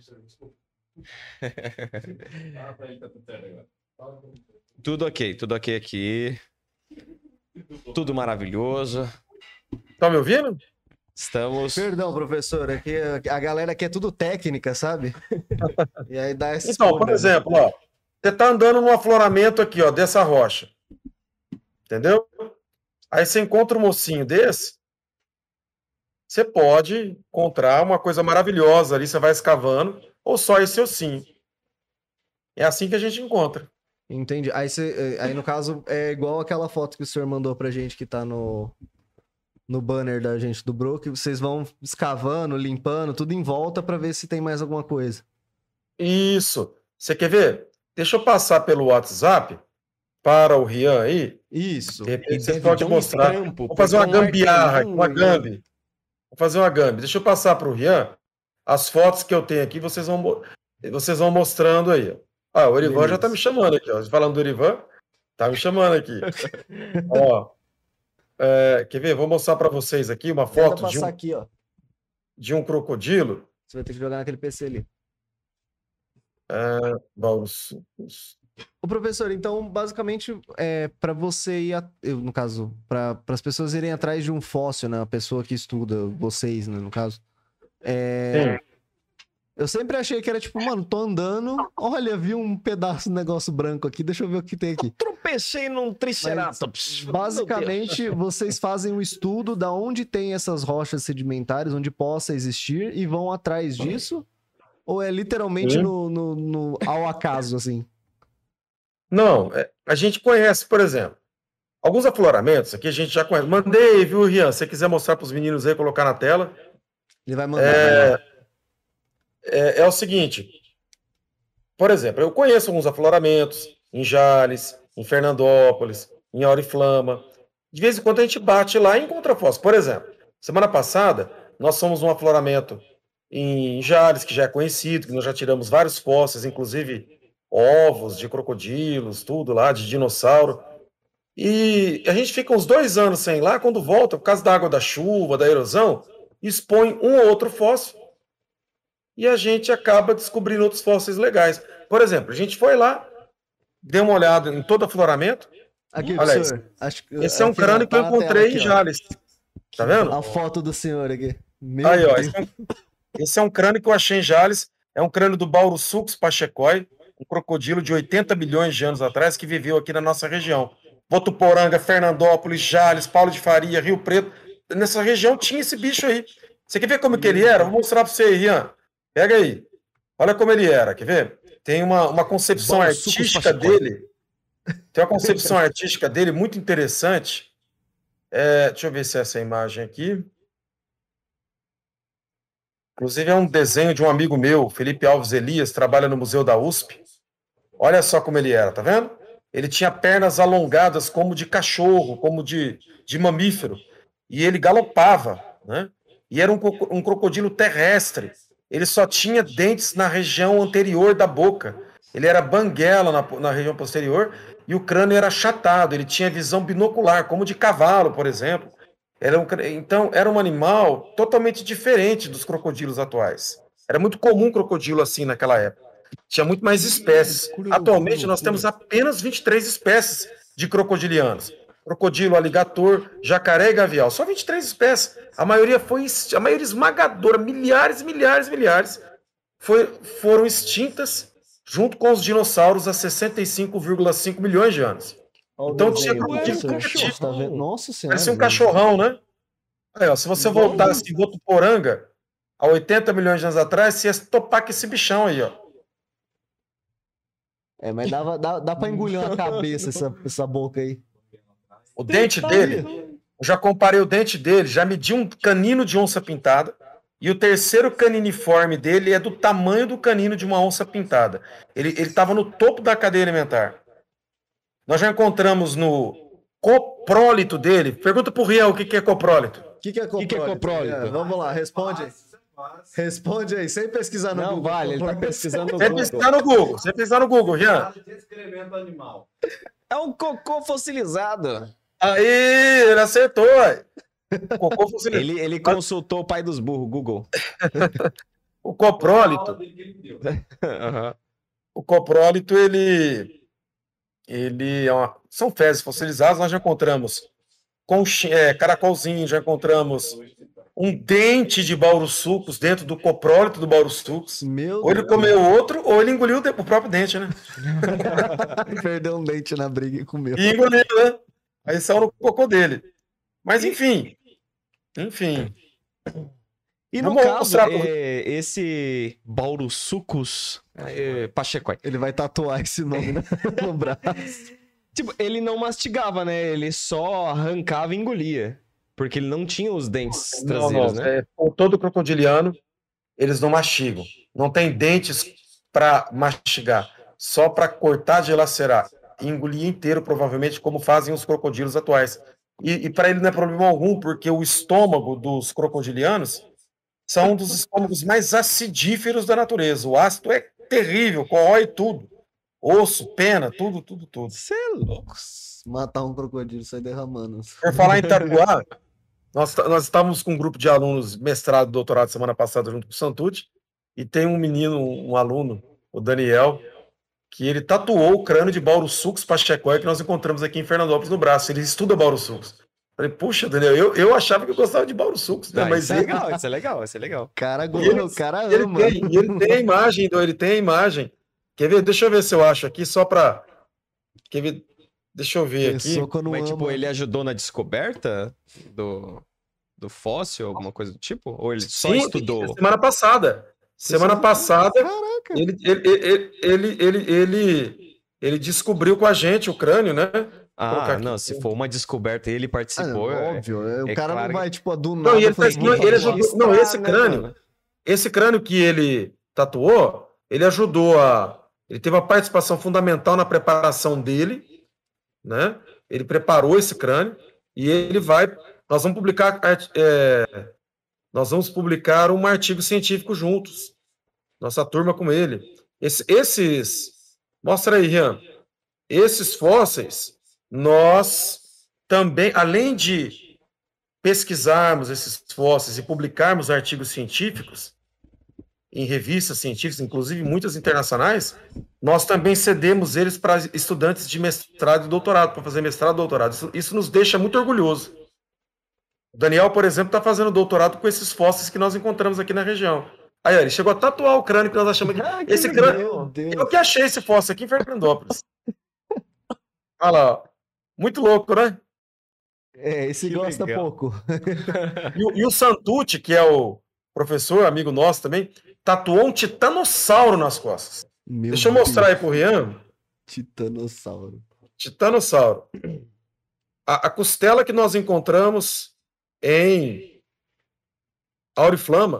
Tudo ok aqui. Tudo maravilhoso. Tá me ouvindo? Estamos. Perdão, professor, é que a galera aqui é tudo técnica, sabe? E aí dá essa. Então, por exemplo, ó, você tá andando num afloramento aqui, ó, dessa rocha. Entendeu? Aí você encontra um mocinho desse, você pode encontrar uma coisa maravilhosa ali, você vai escavando, ou só esse ossinho. É assim que a gente encontra. Entendi. Aí, no caso, é igual aquela foto que o senhor mandou pra gente que tá no banner da gente do Bro, que vocês vão escavando, limpando, tudo em volta pra ver se tem mais alguma coisa. Isso. Você quer ver? Deixa eu passar pelo WhatsApp para o Rian aí. Isso. De repente você pode mostrar. Trampo, vou fazer uma gambiarra, uma gambi. Vou fazer uma gambi. Deixa eu passar para o Rian as fotos que eu tenho aqui, vocês vão mostrando aí. Ah, o Erivan já tá me chamando aqui, ó. Falando do Erivan, tá me chamando aqui. Ó. Quer ver? Vou mostrar para vocês aqui uma foto aqui, ó. De um crocodilo. Você vai ter que jogar naquele PC ali. Bauru Sucos. Ô, professor, então, basicamente, para você ir, no caso, para as pessoas irem atrás de um fóssil, né? A pessoa que estuda, vocês, né, no caso. Sim. Eu sempre achei que era tipo, mano, tô andando, olha, vi um pedaço de negócio branco aqui, deixa eu ver o que tem aqui. Tropecei num Triceratops. Basicamente, vocês fazem um estudo da onde tem essas rochas sedimentares, onde possa existir, e vão atrás disso? Ou é literalmente ao acaso, assim? Não, a gente conhece, por exemplo, alguns afloramentos aqui a gente já conhece. Mandei, viu, Rian? Se você quiser mostrar para os meninos aí, colocar na tela. Ele vai mandar. É o seguinte, por exemplo, eu conheço alguns afloramentos em Jales, em Fernandópolis, em Auriflama. De vez em quando a gente bate lá e encontra fóssil. Por exemplo, semana passada nós fomos um afloramento em Jales, que já é conhecido, que nós já tiramos vários fósseis, inclusive ovos de crocodilos, tudo lá, de dinossauro. E a gente fica uns 2 anos sem ir lá, quando volta, por causa da água da chuva, da erosão, expõe um ou outro fóssil e a gente acaba descobrindo outros fósseis legais. Por exemplo, a gente foi lá, deu uma olhada em todo o afloramento. Aqui, olha senhor, esse é um crânio que eu encontrei em Jales. Tá vendo? A foto do senhor aqui. Aí, ó. Esse é um crânio que eu achei em Jales. É um crânio do Bauru-Sucos pachecói, um crocodilo de 80 milhões de anos atrás que viveu aqui na nossa região. Votuporanga, Fernandópolis, Jales, Paulo de Faria, Rio Preto. Nessa região tinha esse bicho aí. Você quer ver como que ele era? Vou mostrar para você aí, Rian. Pega aí. Olha como ele era, quer ver? Tem uma concepção artística dele. Tem uma concepção artística dele muito interessante. Deixa eu ver se é essa imagem aqui. Inclusive, é um desenho de um amigo meu, Felipe Alves Elias, trabalha no Museu da USP. Olha só como ele era, tá vendo? Ele tinha pernas alongadas como de cachorro, como de mamífero. E ele galopava, né? E era um crocodilo terrestre. Ele só tinha dentes na região anterior da boca. Ele era banguela na região posterior e o crânio era achatado. Ele tinha visão binocular, como de cavalo, por exemplo. Então, era um animal totalmente diferente dos crocodilos atuais. Era muito comum crocodilo assim naquela época. Tinha muito mais espécies. Atualmente, nós temos apenas 23 espécies de crocodilianos. Crocodilo, aligator, jacaré e gavial. Só 23 espécies. A maioria esmagadora, milhares, foram extintas junto com os dinossauros há 65,5 milhões de anos. Então tinha crocodilo qualquer tipo. Tá vendo? Nossa senhora. Parecia um cachorrão, né? Aí, ó, se você voltasse em Votuporanga, há 80 milhões de anos atrás, você ia topar com esse bichão aí, ó. Mas dá pra engolir uma cabeça essa boca aí. O dente dele, eu já comparei o dente dele, já medi um canino de onça pintada, e o terceiro caniniforme dele é do tamanho do canino de uma onça pintada. Ele estava no topo da cadeia alimentar. Nós já encontramos no coprólito dele. Pergunta pro Riel o que é coprólito. O que é coprólito? Vamos lá, responde aí. Responde aí, sem pesquisar no Google. Não, vale, ele tá pesquisando no Você Google. pesquisar no Google, Rian. Descrevendo o animal. É um cocô fossilizado. Aí, ele acertou, ué. Cocô fossilizado. Ele consultou o pai dos burros, Google. O coprólito. Uhum. O coprólito, ele são fezes fossilizadas. Nós já encontramos caracolzinho, já encontramos um dente de baurussucos dentro do coprólito do baurussucos. Ou ele comeu outro, ou ele engoliu o próprio dente, né? Perdeu um dente na briga e comeu. E engoliu, né? Aí saiu no cocô dele. Mas enfim. E no Vamos caso, mostrar esse Baurussucus Pacheco, Ele vai tatuar esse nome no braço. tipo, ele não mastigava, né? Ele só arrancava e engolia. Porque ele não tinha os dentes traseiros, né? Todo crocodiliano, eles não mastigam. Não tem dentes para mastigar. Só para cortar, dilacerar. E engolir inteiro, provavelmente, como fazem os crocodilos atuais. E para ele não é problema algum, porque o estômago dos crocodilianos são um dos estômagos mais acidíferos da natureza. O ácido é terrível, corrói tudo. Osso, pena, tudo. Você é louco. Matar um crocodilo, sai derramando. Por falar em tatuar, nós estávamos com um grupo de alunos, mestrado, doutorado, semana passada, junto com o Santucci, e tem um menino, um aluno, o Daniel, que ele tatuou o crânio de Baurussucus Pacheco, que nós encontramos aqui em Fernandópolis, no braço. Ele estuda Baurussucus. Falei, puxa, Daniel, eu achava que eu gostava de Baurussucus, né? Mas isso é legal, isso é legal, isso é legal. O cara ama. Ele tem a imagem. Quer ver? Deixa eu ver se eu acho aqui, só para... Quer ver? Deixa eu ver aqui. Mas, tipo, ele ajudou na descoberta do do fóssil, alguma coisa do tipo? Ou ele só Sim, estudou? Semana passada. Semana passada, Caraca. ele descobriu com a gente o crânio, né? Ah, não, se for uma descoberta e ele participou. Óbvio. O é cara claro não vai, tipo, do Não, nada. e ele fez, fazer- ele ajudou, não, esse né, crânio, mano? esse crânio que ele tatuou, ele ajudou ele teve uma participação fundamental na preparação dele, né? Ele preparou esse crânio e nós vamos publicar um artigo científico juntos, nossa turma com ele. Mostra aí, Rian. Esses fósseis, nós também, além de pesquisarmos esses fósseis e publicarmos artigos científicos em revistas científicas, inclusive muitas internacionais, nós também cedemos eles para estudantes de mestrado e doutorado, para fazer mestrado e doutorado. Isso nos deixa muito orgulhoso. O Daniel, por exemplo, está fazendo doutorado com esses fósseis que nós encontramos aqui na região. Aí, ó, ele chegou a tatuar o crânio que nós achamos aqui. Esse crânio, eu que achei esse fóssil aqui em Fernandópolis. Olha lá, ó. Muito louco, né? Esse Que gosta legal. pouco. E o Santucci, que é o professor, amigo nosso também, tatuou um titanossauro nas costas. Meu Deixa eu mostrar aí pro Rian. Titanossauro. Titanossauro. A costela que nós encontramos em Auriflama.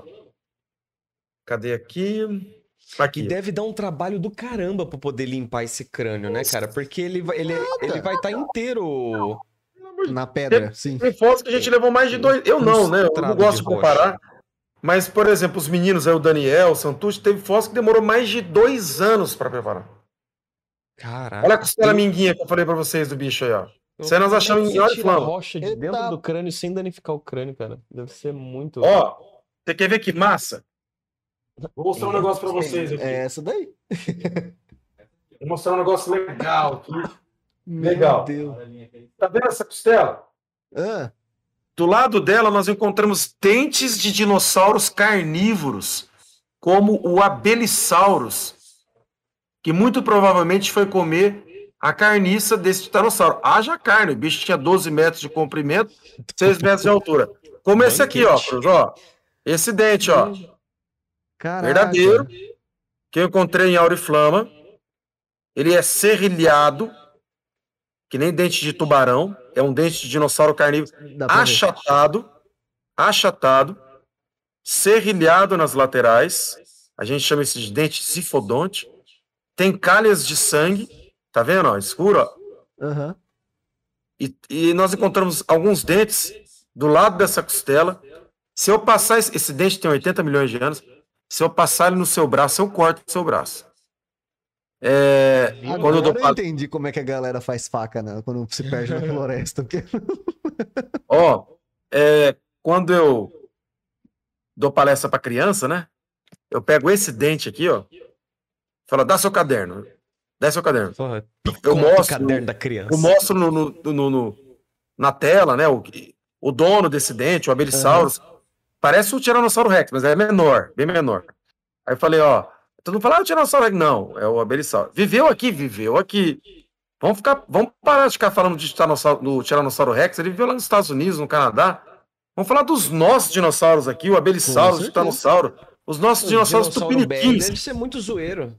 Cadê aqui? E Aqui. deve dar um trabalho do caramba pra poder limpar esse crânio, né, cara? Porque ele vai estar inteiro. Na pedra, sim. Tem fotos que a gente levou mais de 2... Eu não, né? Eu não Incrustado gosto de de comparar. Mas, por exemplo, os meninos aí, o Daniel, o Santucci, teve fotos que demorou mais de 2 anos para preparar. Caraca. Olha a costela minguinha que eu falei para vocês do bicho aí, ó. Isso aí nós Como é achamos que em você tira a Auriflama. rocha de dentro Eita. do crânio sem danificar o crânio, cara. Deve ser muito... Ó, você quer ver que massa? Vou mostrar um negócio para vocês aqui. É essa daí. Vou mostrar um negócio legal aqui. Meu Legal. Deus. Tá vendo essa costela? Ah, Do lado dela, nós encontramos dentes de dinossauros carnívoros, como o Abelisaurus, que muito provavelmente foi comer a carniça desse titanossauro. Haja carne, o bicho tinha 12 metros de comprimento, 6 metros de altura. Como esse aqui, ó, Cruz, ó. Esse dente, ó. caraca. Verdadeiro, que eu encontrei em Auriflama. Ele é serrilhado, que nem dente de tubarão. É um dente de dinossauro carnívoro Dá pra ver. achatado, serrilhado nas laterais. A gente chama esse de dente cifodonte. Tem calhas de sangue, tá vendo? Ó, escuro, ó. Aham. E nós encontramos alguns dentes do lado dessa costela. Se eu passar esse dente tem 80 milhões de anos. Se eu passar ele no seu braço, eu corto o seu braço. Quando eu dou Agora eu entendi como é que a galera faz faca, né? Quando se perde na floresta. Porque... Ó, quando eu dou palestra para criança, né? Eu pego esse dente aqui, ó. Falo, dá seu caderno. Dá seu caderno. Porra, Eu picota o mostro, caderno da criança. eu mostro na tela, né? O dono desse dente, o Abelisaurus. Parece o Tiranossauro Rex, mas é menor, bem menor. Aí eu falei, ó. Todo mundo fala, o Tiranossauro Rex. Não, é o Abelisaurus. Viveu aqui. Vamos parar de ficar falando do Tiranossauro Rex. Ele viveu lá nos Estados Unidos, no Canadá. Vamos falar dos nossos dinossauros aqui, o Abelisaurus, o Titanossauro. Os nossos dinossauros tupiniquins. Deve ser muito zoeiro.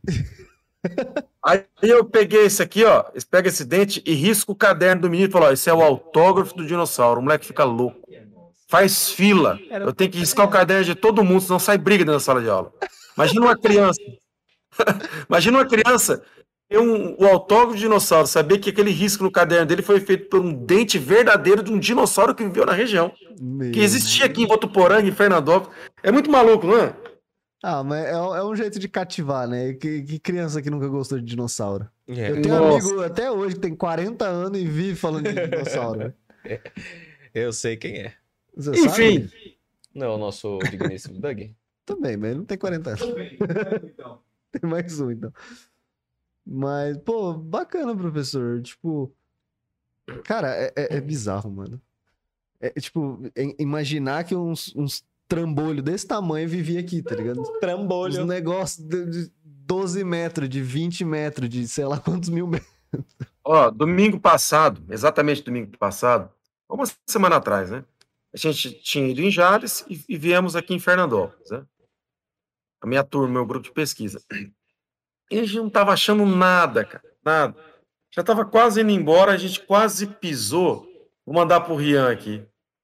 Aí eu peguei esse aqui, ó. Pega esse dente e risco o caderno do menino e falo, ó, esse é o autógrafo do dinossauro. O moleque fica louco. Faz fila. Eu tenho que riscar o caderno de todo mundo, senão sai briga dentro da sala de aula. Imagina uma criança. Imagina uma criança ter o autógrafo do dinossauro, saber que aquele risco no caderno dele foi feito por um dente verdadeiro de um dinossauro que viveu na região. Que existia aqui em Votuporanga, em Fernandópolis. É muito maluco, não é? Ah, mas é um jeito de cativar, né? Que criança que nunca gostou de dinossauro? É. Eu tenho um Nossa. amigo até hoje que tem 40 anos e vive falando de dinossauro. Eu sei quem é. Você Enfim. sabe? Não é o nosso digníssimo Doug? Também, mas ele não tem 40 anos. Então. Tem mais um, então. Mas, pô, bacana, professor. Tipo, cara, é bizarro, mano. Imaginar que uns trambolho desse tamanho vivia aqui, tá ligado? Uns Trambolho. negócios de 12 metros, de 20 metros, de sei lá quantos mil metros. Ó, domingo passado, exatamente domingo passado, uma semana atrás, né? A gente tinha ido em Jales e viemos aqui em Fernandópolis, né? A minha turma, meu grupo de pesquisa. E a gente não tava achando nada, cara, nada. Já tava quase indo embora, a gente quase pisou. Vou mandar pro Rian aqui.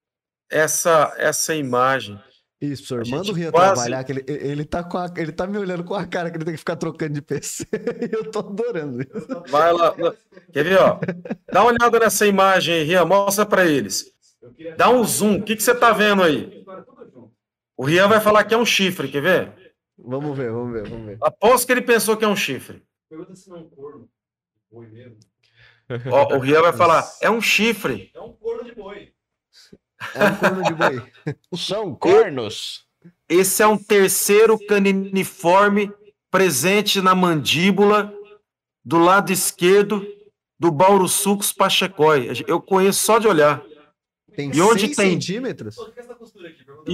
Essa imagem. Isso, professor, A manda o gente Rian quase- trabalhar, que ele tá me olhando com a cara que ele tem que ficar trocando de PC. E eu tô adorando isso. Vai lá. Quer ver, ó? Dá uma olhada nessa imagem aí, Rian, mostra pra eles. Dá um zoom. O que você tá vendo aí? O Rian vai falar que é um chifre, quer ver? Vamos ver. Aposto que ele pensou que é um chifre. Pergunta se não é um corno. Boi mesmo. Ó, o Rian vai falar, é um chifre. É um corno de boi. É um corno de boi. São cornos. Esse é um terceiro caniniforme presente na mandíbula do lado esquerdo do Baurossucus pachecoi. Eu conheço só de olhar. Tem E onde 6 tem? centímetros? Pô, o que é essa costura aqui? Pergunta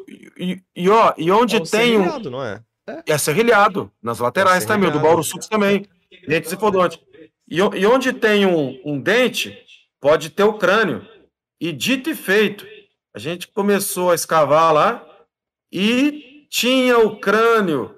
E onde É o tem um... serrilhado, não é? É serrilhado, nas laterais também, o do serrilhado. Baurossucus também. Dente cifodonte. E onde tem um dente, pode ter o crânio. E dito e feito, a gente começou a escavar lá e tinha o crânio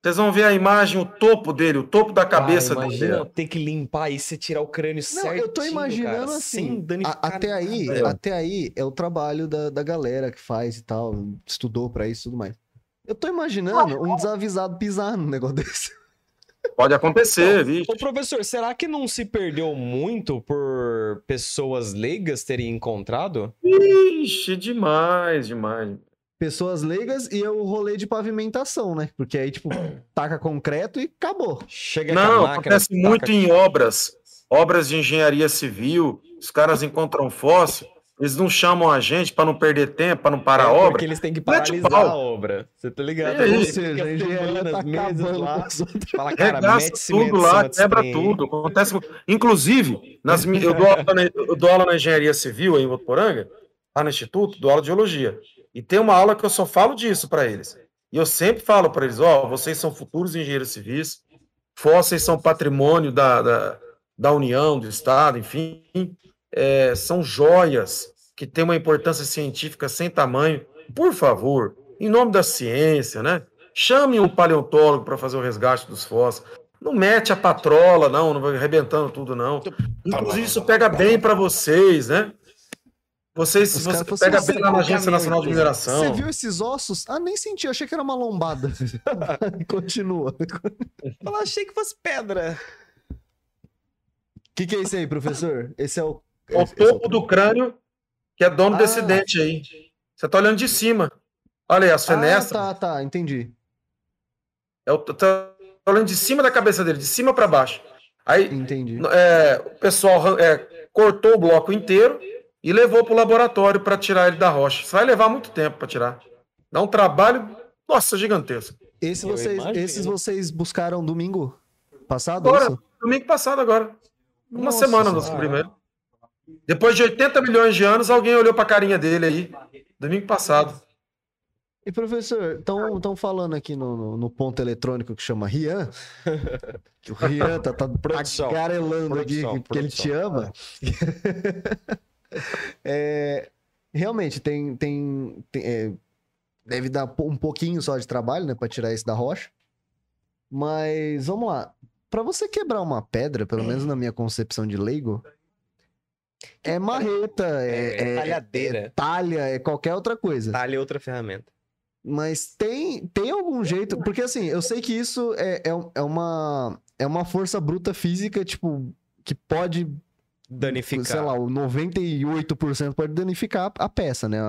Vocês vão ver a imagem, o topo dele, o topo da cabeça Cara, imagina dele. ter que limpar e você tirar o crânio Não, certinho, eu tô imaginando cara, assim, sem danificar até aí, nada. até aí é o trabalho da galera que faz e tal, estudou pra isso e tudo mais. Eu tô imaginando um desavisado pisar num negócio desse. Pode acontecer, vixe. Ô, professor, será que não se perdeu muito por pessoas leigas terem encontrado? Ixi, demais, demais. Pessoas leigas e o rolê de pavimentação, né? Porque aí, tipo, taca concreto e acabou. Chega com a Não, máquina, acontece muito em obras de engenharia civil. Os caras encontram fóssil, eles não chamam a gente para não perder tempo, para não parar a obra. porque eles têm que Mete o paralisar pau. a obra. Você tá ligado? É Aí isso. fica Ou seja, a engenharia semanas, tá meses acabando lá. com os outros. Fala, cara, Regaça mete cimento tudo em lá, cima desse quebra trem aí. tudo. Acontece, inclusive, eu dou aula na engenharia civil aí em Votuporanga, lá no Instituto, dou aula de geologia. E tem uma aula que eu só falo disso para eles. E eu sempre falo para eles, vocês são futuros engenheiros civis, fósseis são patrimônio da União, do Estado, enfim, são joias que têm uma importância científica sem tamanho. Por favor, em nome da ciência, né? Chame um paleontólogo para fazer o resgate dos fósseis. Não mete a patrola, não vai arrebentando tudo, não. Inclusive, isso pega bem para vocês, né? Você pega bem lá na Agência Nacional de Mineração. Você viu esses ossos? Ah, nem senti, eu achei que era uma lombada. Continua. Eu achei que fosse pedra. O que é isso aí, professor? Esse é o... O topo do crânio, que é dono desse Ah. dente aí. Você tá olhando de cima. Olha aí, as fenestras. Ah, tá, entendi. Tá olhando de cima da cabeça dele, de cima para baixo. Aí Entendi. o pessoal cortou o bloco inteiro e levou para o laboratório para tirar ele da rocha. Isso vai levar muito tempo para tirar. Dá um trabalho, nossa, gigantesco. Esses vocês buscaram domingo passado? Agora, Isso? domingo passado agora. Uma Nossa semana nós Senhora. primeiro. Depois de 80 milhões de anos, alguém olhou para a carinha dele aí. Domingo passado. E professor, estão falando aqui no ponto eletrônico que chama Rian, que o Rian tá Produção. tagarelando aqui Produção, porque ele te ama. Realmente, deve dar um pouquinho só de trabalho, né, pra tirar isso da rocha. Mas, vamos lá. Pra você quebrar uma pedra, pelo menos na minha concepção de leigo, é marreta, talhadeira. talha, é qualquer outra coisa. Talha é outra ferramenta. Mas tem algum jeito... Porque, assim, eu sei que isso é uma força bruta física, tipo, que pode... Danificar. Sei lá, o 98% pode danificar a peça, né?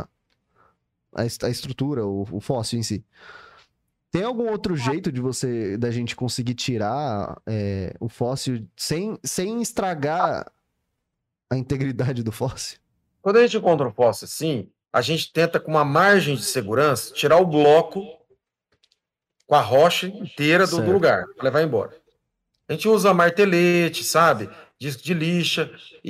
A estrutura, o fóssil em si. Tem algum outro jeito da gente conseguir tirar o fóssil sem estragar a integridade do fóssil? Quando a gente encontra um fóssil assim, a gente tenta, com uma margem de segurança, tirar o bloco com a rocha inteira do Certo. lugar, para levar embora. A gente usa martelete, sabe? Disco de lixa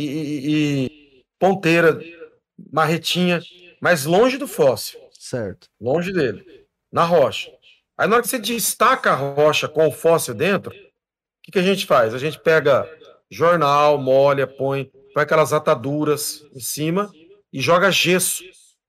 e ponteira, marretinha, mas longe do fóssil, Certo. longe dele, na rocha. Aí na hora que você destaca a rocha com o fóssil dentro, o que a gente faz? A gente pega jornal, molha, põe aquelas ataduras em cima e joga gesso.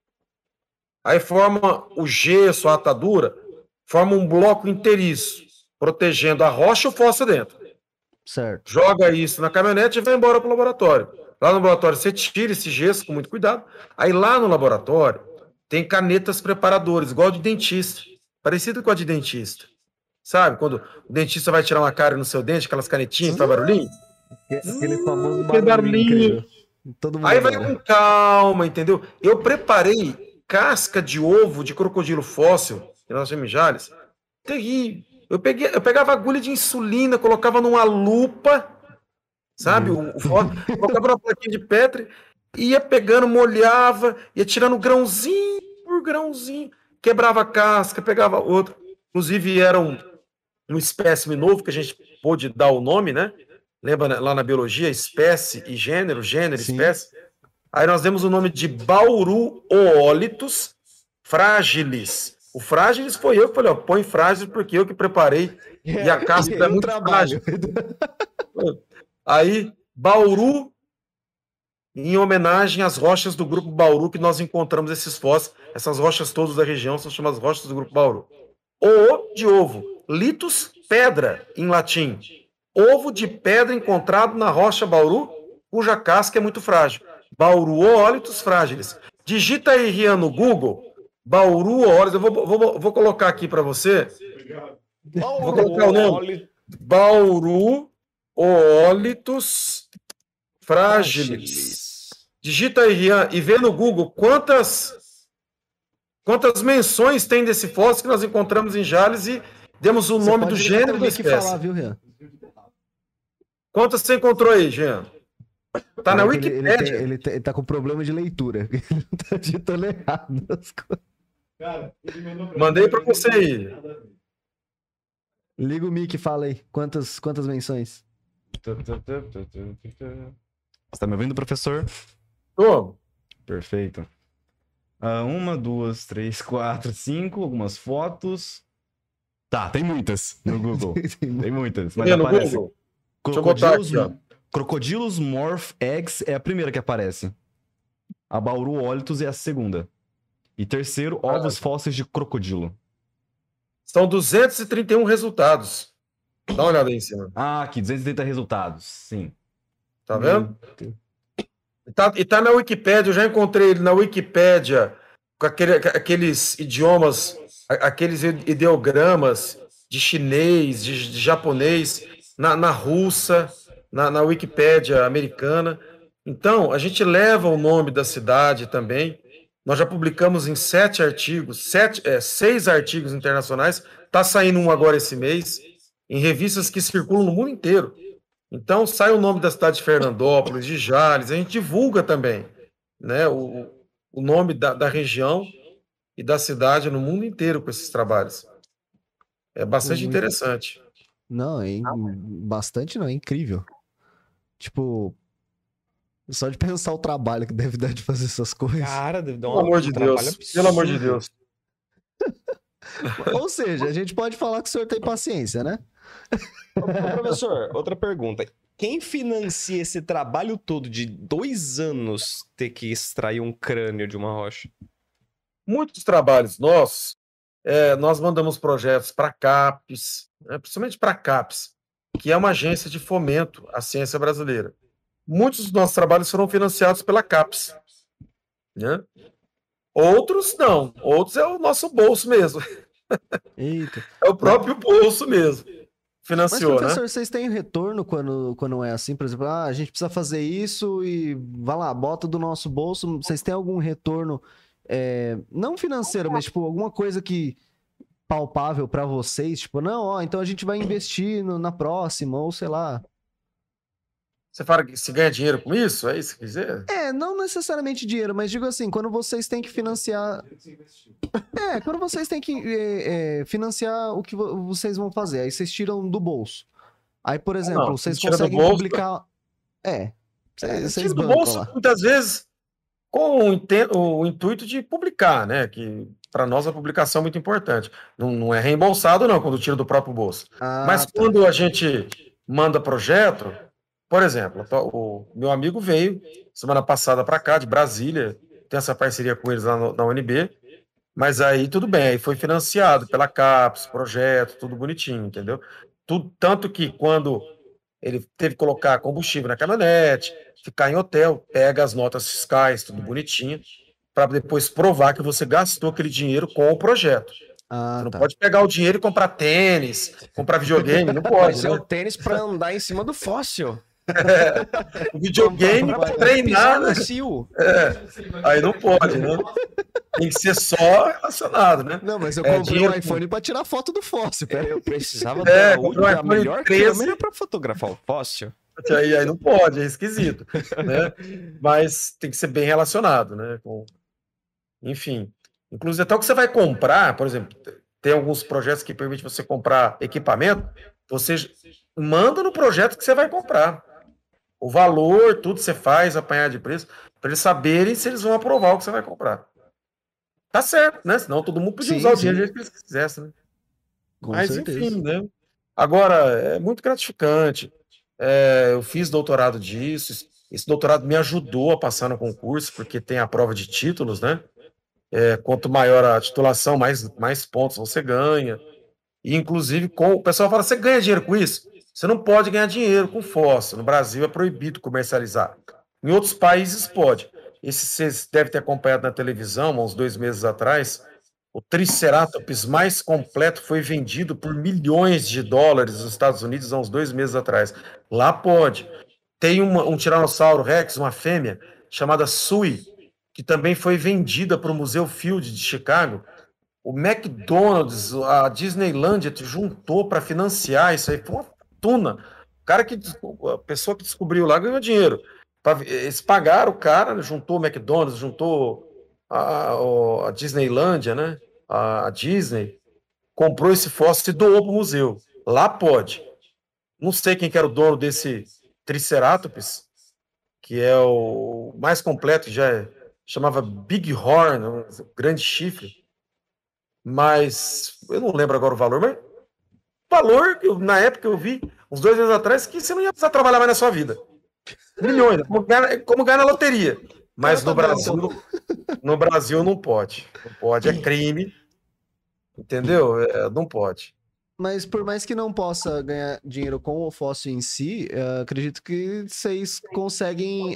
Aí forma o gesso, a atadura, forma um bloco inteiriço, protegendo a rocha e o fóssil dentro. Certo. Joga isso na caminhonete e vai embora para o laboratório. Lá no laboratório você tira esse gesso com muito cuidado. Aí lá no laboratório tem canetas preparadoras, igual de dentista, parecido com a de dentista. Sabe, quando o dentista vai tirar uma cárie no seu dente, aquelas canetinhas que faz barulhinho? Aquele famoso aquele barulhinho. incrível. Todo mundo Aí vai adora. com calma, entendeu? Eu preparei casca de ovo de crocodilo fóssil, que nós chamamos de Jales. Terrível. Eu pegava agulha de insulina, colocava numa lupa, sabe? O fóssil, colocava numa plaquinha de Petri, ia pegando, molhava, ia tirando grãozinho por grãozinho, quebrava a casca, pegava outro. Inclusive era um espécime novo que a gente pôde dar o nome, né? Lembra lá na biologia, espécie e gênero, Sim. espécie. Aí nós demos o nome de Bauruolitus fragilis. O fragilis foi eu que falei, põe frágil porque eu que preparei e a casca é muito frágil. Aí, Bauru, em homenagem às rochas do grupo Bauru, que nós encontramos esses fósseis, essas rochas todas da região são chamadas rochas do grupo Bauru. O de ovo litus, pedra, em latim. Ovo de pedra encontrado na rocha Bauru, cuja casca é muito frágil. Bauruolitus fragilis. Digita aí, Rian, no Google, Bauruolitus. Eu vou colocar aqui para você. Vou colocar o nome. Bauruolitus fragilis. Digita aí, Rian, e vê no Google quantas menções tem desse fóssil que nós encontramos em Jales e demos o nome do gênero da espécie. Falar, viu, Rian? Quantas você encontrou aí, Jean? Tá na Wikipédia. Ele tá com problema de leitura. Ele tá digitando errado as coisas. Cara, Mandei pra você aí. Liga o mic e fala aí. Quantas menções? Você tá me ouvindo, professor? Tô. Perfeito. 1, 2, 3, 4, 5, algumas fotos. Tá, tem muitas no Google. Tem muitas, mas Tem no aparece. Google? Deixa eu botar aqui, ó. Crocodilos Morph Eggs é a primeira que aparece. A Bauruolitus é a segunda. E terceiro, ovos fósseis de crocodilo. São 231 resultados. Dá uma olhada aí em cima. Ah, aqui, 230 resultados. Sim. Tá vendo? E tá na Wikipédia. Eu já encontrei ele na Wikipédia com aqueles idiomas, aqueles ideogramas de chinês, de japonês, na russa, na Wikipédia americana. Então, a gente leva o nome da cidade também. Nós já publicamos em 6 artigos internacionais. Está saindo um agora esse mês, em revistas que circulam no mundo inteiro. Então, sai o nome da cidade de Fernandópolis, de Jales. A gente divulga também, né, o nome da região e da cidade no mundo inteiro com esses trabalhos. É bastante interessante. Não, bastante não, é incrível. Tipo, só de pensar o trabalho que deve dar de fazer essas coisas. Cara, deve dar Pelo amor de Deus. Pelo amor de Deus. Ou seja, a gente pode falar que o senhor tem paciência, né? Ô, professor, outra pergunta. Quem financia esse trabalho todo de 2 anos ter que extrair um crânio de uma rocha? Muitos trabalhos nossos, nós mandamos projetos para a CAPES, né, principalmente para a CAPES, que é uma agência de fomento à ciência brasileira. Muitos dos nossos trabalhos foram financiados pela CAPES, né? Outros não, outros é o nosso bolso mesmo. Eita. É o próprio bolso mesmo. Financiou, Mas, professor, né? vocês têm retorno quando é assim? Por exemplo, a gente precisa fazer isso e vai lá, bota do nosso bolso. Vocês têm algum retorno, não financeiro, mas tipo, alguma coisa que palpável para vocês? Tipo, não, ó, então a gente vai investir na próxima, ou sei lá. Você fala que se ganha dinheiro com isso? É isso que quiser? Não necessariamente dinheiro, mas digo assim, quando vocês têm que financiar. Quando vocês têm que financiar o que vocês vão fazer, aí vocês tiram do bolso. Aí, por exemplo, Não, vocês tira do conseguem bolso, publicar. Vocês Tira do bancam bolso, lá. muitas vezes, com o intuito de publicar, né? Que para nós a publicação é muito importante. Não é reembolsado, não, quando tira do próprio bolso. Mas Tá. quando a gente manda projeto, por exemplo, o meu amigo veio semana passada para cá, de Brasília, tem essa parceria com eles lá na UNB, mas aí tudo bem, aí foi financiado pela CAPES, projeto, tudo bonitinho, entendeu? Tanto que quando ele teve que colocar combustível na caminhonete, ficar em hotel, pega as notas fiscais, tudo bonitinho, para depois provar que você gastou aquele dinheiro com o projeto. Você não pode pegar o dinheiro e comprar tênis, comprar videogame, não pode. Mas é o tênis pra andar em cima do fóssil. O videogame para treinar, né? Aí não pode, né? Tem que ser só relacionado, né? Não, mas eu comprei um iPhone pra tirar foto do fóssil. Eu precisava da melhor 13. câmera pra fotografar o fóssil. Aí não pode, é esquisito, né? Mas tem que ser bem relacionado, né? Enfim, inclusive até o que você vai comprar, por exemplo, tem alguns projetos que permitem você comprar equipamento, você manda no projeto que você vai comprar. O valor, tudo você faz, apanhar de preço, para eles saberem se eles vão aprovar o que você vai comprar. Tá certo, né? Senão todo mundo podia usar o dinheiro do jeito que eles quisessem, né? Mas, certeza. enfim, né? Agora, é muito gratificante. Eu fiz doutorado disso. Esse doutorado me ajudou a passar no concurso, porque tem a prova de títulos, né? Quanto maior a titulação, mais pontos você ganha. E, inclusive, o pessoal fala, você ganha dinheiro com isso? Você não pode ganhar dinheiro com fóssil. No Brasil é proibido comercializar. Em outros países pode. Esse vocês devem ter acompanhado na televisão, há uns 2 meses atrás. O Triceratops mais completo foi vendido por milhões de dólares nos Estados Unidos há uns 2 meses atrás. Lá pode. Tem um Tiranossauro Rex, uma fêmea, chamada Sui, que também foi vendida para o Museu Field de Chicago. O McDonald's, a Disneylandia juntou para financiar isso aí. Foi uma fortuna. A pessoa que descobriu lá ganhou dinheiro. Eles pagaram o cara, juntou o McDonald's, juntou a Disneylandia, né? A Disney, comprou esse fóssil e doou para o museu. Lá pode. Não sei quem que era o dono desse Triceratops, que é o mais completo, chamava Big Horn, grande chifre. Mas eu não lembro agora o valor, mas valor, na época eu vi, uns 2 anos atrás, que você não ia precisar trabalhar mais na sua vida. Milhões, como ganhar na loteria. Mas no Brasil não pode. Não pode, é crime. Entendeu? Não pode. Mas por mais que não possa ganhar dinheiro com o fóssil em si, acredito que vocês conseguem.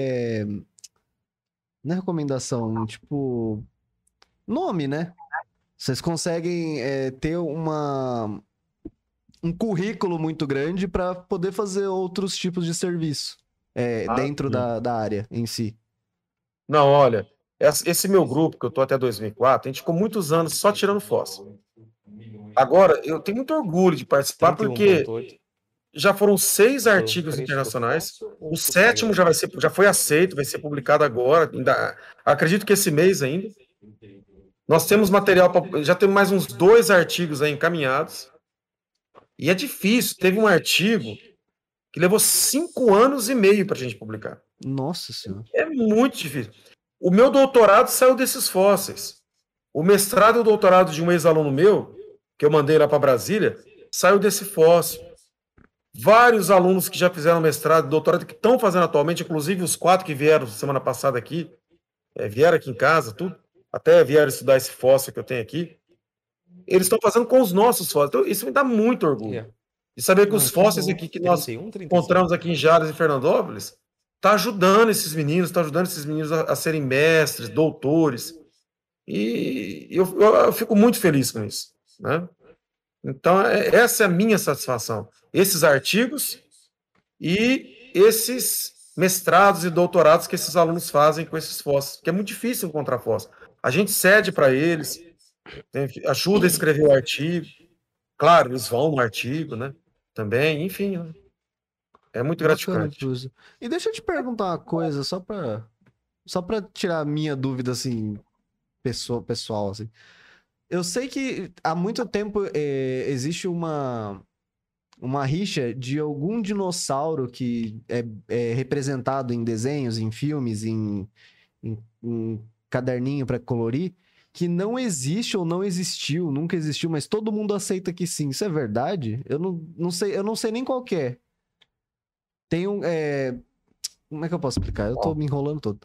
Não é recomendação, tipo. Nome, né? Vocês conseguem ter um currículo muito grande para poder fazer outros tipos de serviço dentro da área em si. Não, olha, esse meu grupo, que eu tô até 2004, a gente ficou muitos anos só tirando fóssil. Agora, eu tenho muito orgulho de participar, porque já foram 6 artigos internacionais, o 7º já foi aceito, vai ser publicado agora, acredito que esse mês ainda. Nós temos material, já temos mais uns 2 artigos aí encaminhados, e é difícil, teve um artigo que levou 5 anos e meio para a gente publicar. Nossa Senhora. É muito difícil. O meu doutorado saiu desses fósseis. O mestrado e o doutorado de um ex-aluno meu, que eu mandei lá para Brasília, saiu desse fóssil. Vários alunos que já fizeram mestrado e doutorado, que estão fazendo atualmente, inclusive os 4 que vieram semana passada aqui, vieram aqui em casa, tudo, até vieram estudar esse fóssil que eu tenho aqui, eles estão fazendo com os nossos fósseis. Então, isso me dá muito orgulho. E saber que os fósseis aqui que nós encontramos aqui em Jales e Fernandópolis está ajudando esses meninos, a serem mestres, doutores. E eu fico muito feliz com isso, né? Então, essa é a minha satisfação. Esses artigos e esses mestrados e doutorados que esses alunos fazem com esses fósseis, que é muito difícil encontrar fósseis. A gente cede para eles, ajuda a escrever o artigo. Claro, eles vão no artigo, né? Também, enfim, né? É muito gratificante. Bacana, e deixa eu te perguntar uma coisa, só pra tirar a minha dúvida, assim, pessoal, assim. Eu sei que há muito tempo existe uma rixa de algum dinossauro que é representado em desenhos, em filmes, em caderninho para colorir, que não existe ou não existiu, nunca existiu, mas todo mundo aceita que sim. Isso é verdade? Eu não sei nem qual que é. Tem um... Como é que eu posso explicar? Eu tô me enrolando todo.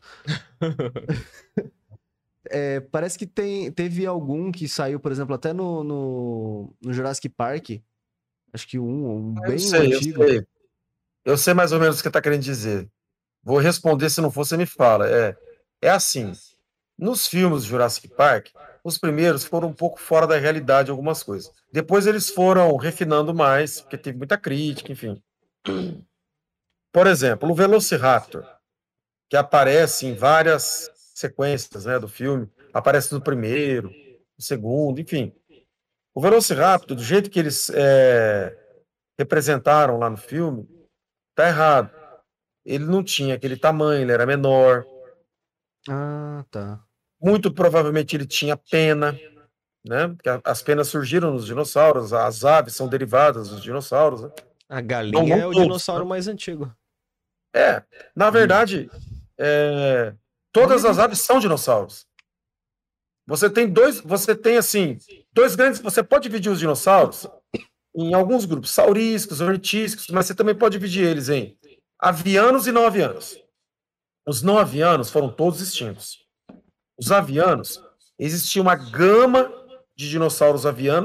Parece que teve algum que saiu, por exemplo, até no Jurassic Park. Acho que um bem antigo. Eu sei mais ou menos o que você tá querendo dizer. Vou responder, se não for, você me fala. É assim, nos filmes do Jurassic Park, os primeiros foram um pouco fora da realidade algumas coisas. Depois eles foram refinando mais, porque teve muita crítica, enfim. Por exemplo, o Velociraptor, que aparece em várias sequências, né, do filme, aparece no primeiro, no segundo, enfim. O Velociraptor, do jeito que eles representaram lá no filme, tá errado. Ele não tinha aquele tamanho, ele era menor. Ah, tá. Muito provavelmente ele tinha pena, né? Porque as penas surgiram nos dinossauros, as aves são derivadas dos dinossauros, né? A galinha é o dinossauro mais antigo. Na verdade, todas as aves são dinossauros. Você tem assim, dois grandes, você pode dividir os dinossauros em alguns grupos, saurísticos, ornitísticos, mas você também pode dividir eles em avianos e não avianos. Os não avianos foram todos extintos. Os avianos, existia uma gama de dinossauros avianos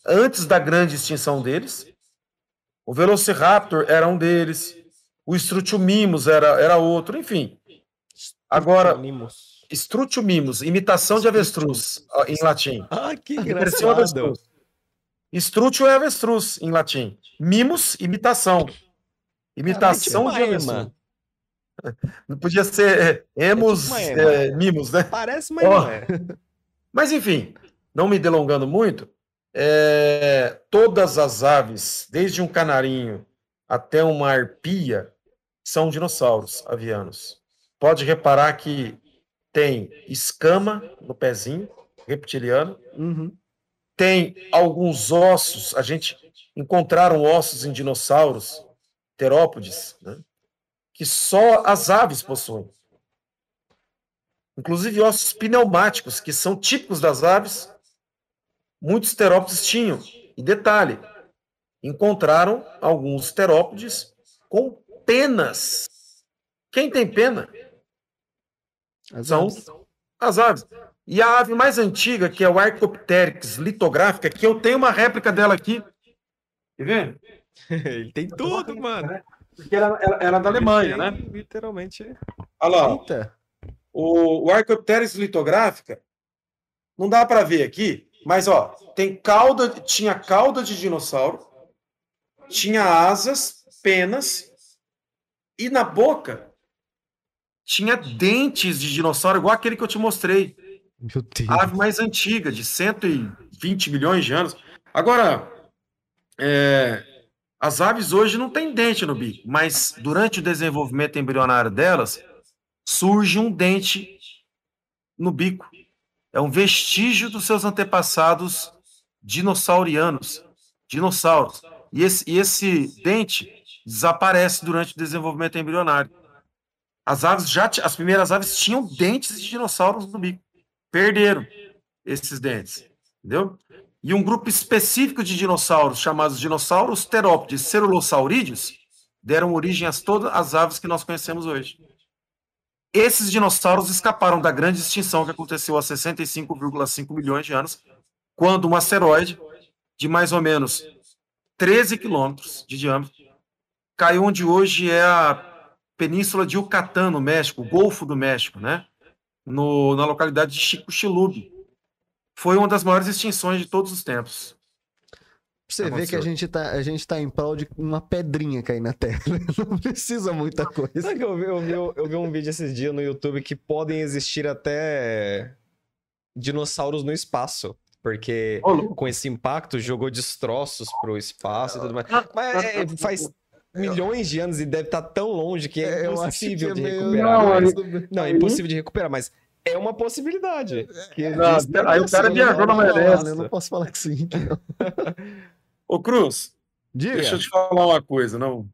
antes da grande extinção deles. O Velociraptor era um deles. O Strutiomimus era outro, enfim. Agora, Strutiomimus, imitação de avestruz, em latim. Ah, que Parecia um engraçado. avestruz. Strutio é avestruz, em latim. Mimus, imitação. Imitação Caralho, de tipo uma avestruz. Não podia ser emus, uma ema. mimos, né? Parece, mas Ó. não é. Mas, enfim, não me delongando muito, todas as aves, desde um canarinho até uma arpia, são dinossauros avianos. Pode reparar que tem escama no pezinho, reptiliano, Uhum. tem alguns ossos, a gente encontraram ossos em dinossauros, terópodes, né, que só as aves possuem. Inclusive ossos pneumáticos, que são típicos das aves, muitos terópodes tinham. E detalhe, encontraram alguns terópodes com penas. Quem tem pena? São as aves. E a ave mais antiga, que é o Archaeopteryx litográfica, que eu tenho uma réplica dela aqui. Quer ver? Ele tem tudo, mano. Porque ela é da Alemanha, né? Literalmente. Olha lá, ó. Eita. O Archaeopteryx litográfica, não dá para ver aqui, mas ó, tinha cauda de dinossauro, tinha asas, penas, e na boca tinha dentes de dinossauro, igual aquele que eu te mostrei. Meu Deus. A ave mais antiga, de 120 milhões de anos. Agora, as aves hoje não têm dente no bico, mas durante o desenvolvimento embrionário delas, surge um dente no bico. É um vestígio dos seus antepassados dinossauros. E esse dente desaparece durante o desenvolvimento embrionário. As primeiras aves tinham dentes de dinossauros no bico. Perderam esses dentes, entendeu? E um grupo específico de dinossauros, chamados dinossauros terópodes cerulosaurídeos, deram origem a todas as aves que nós conhecemos hoje. Esses dinossauros escaparam da grande extinção que aconteceu há 65,5 milhões de anos, quando um asteroide de mais ou menos 13 quilômetros de diâmetro caiu onde hoje é a Península de Yucatán, no México, o Golfo do México, né? Na localidade de Chico-Xilub. Foi uma das maiores extinções de todos os tempos. Pra você ver que a gente tá em prol de uma pedrinha cair na Terra. Não precisa muita coisa. Sabe que eu vi um vídeo esses dias no YouTube que podem existir até dinossauros no espaço. Porque com esse impacto jogou destroços pro espaço e tudo mais. Mas faz milhões de anos e deve estar tão longe que é Eu acho que impossível de meio- recuperar. Não, Não, é impossível de recuperar, mas é uma possibilidade. Aí o cara viajou na maionese. Eu não posso falar que sim. Não. Ô, Cruz, Diga. deixa eu te falar uma coisa, não?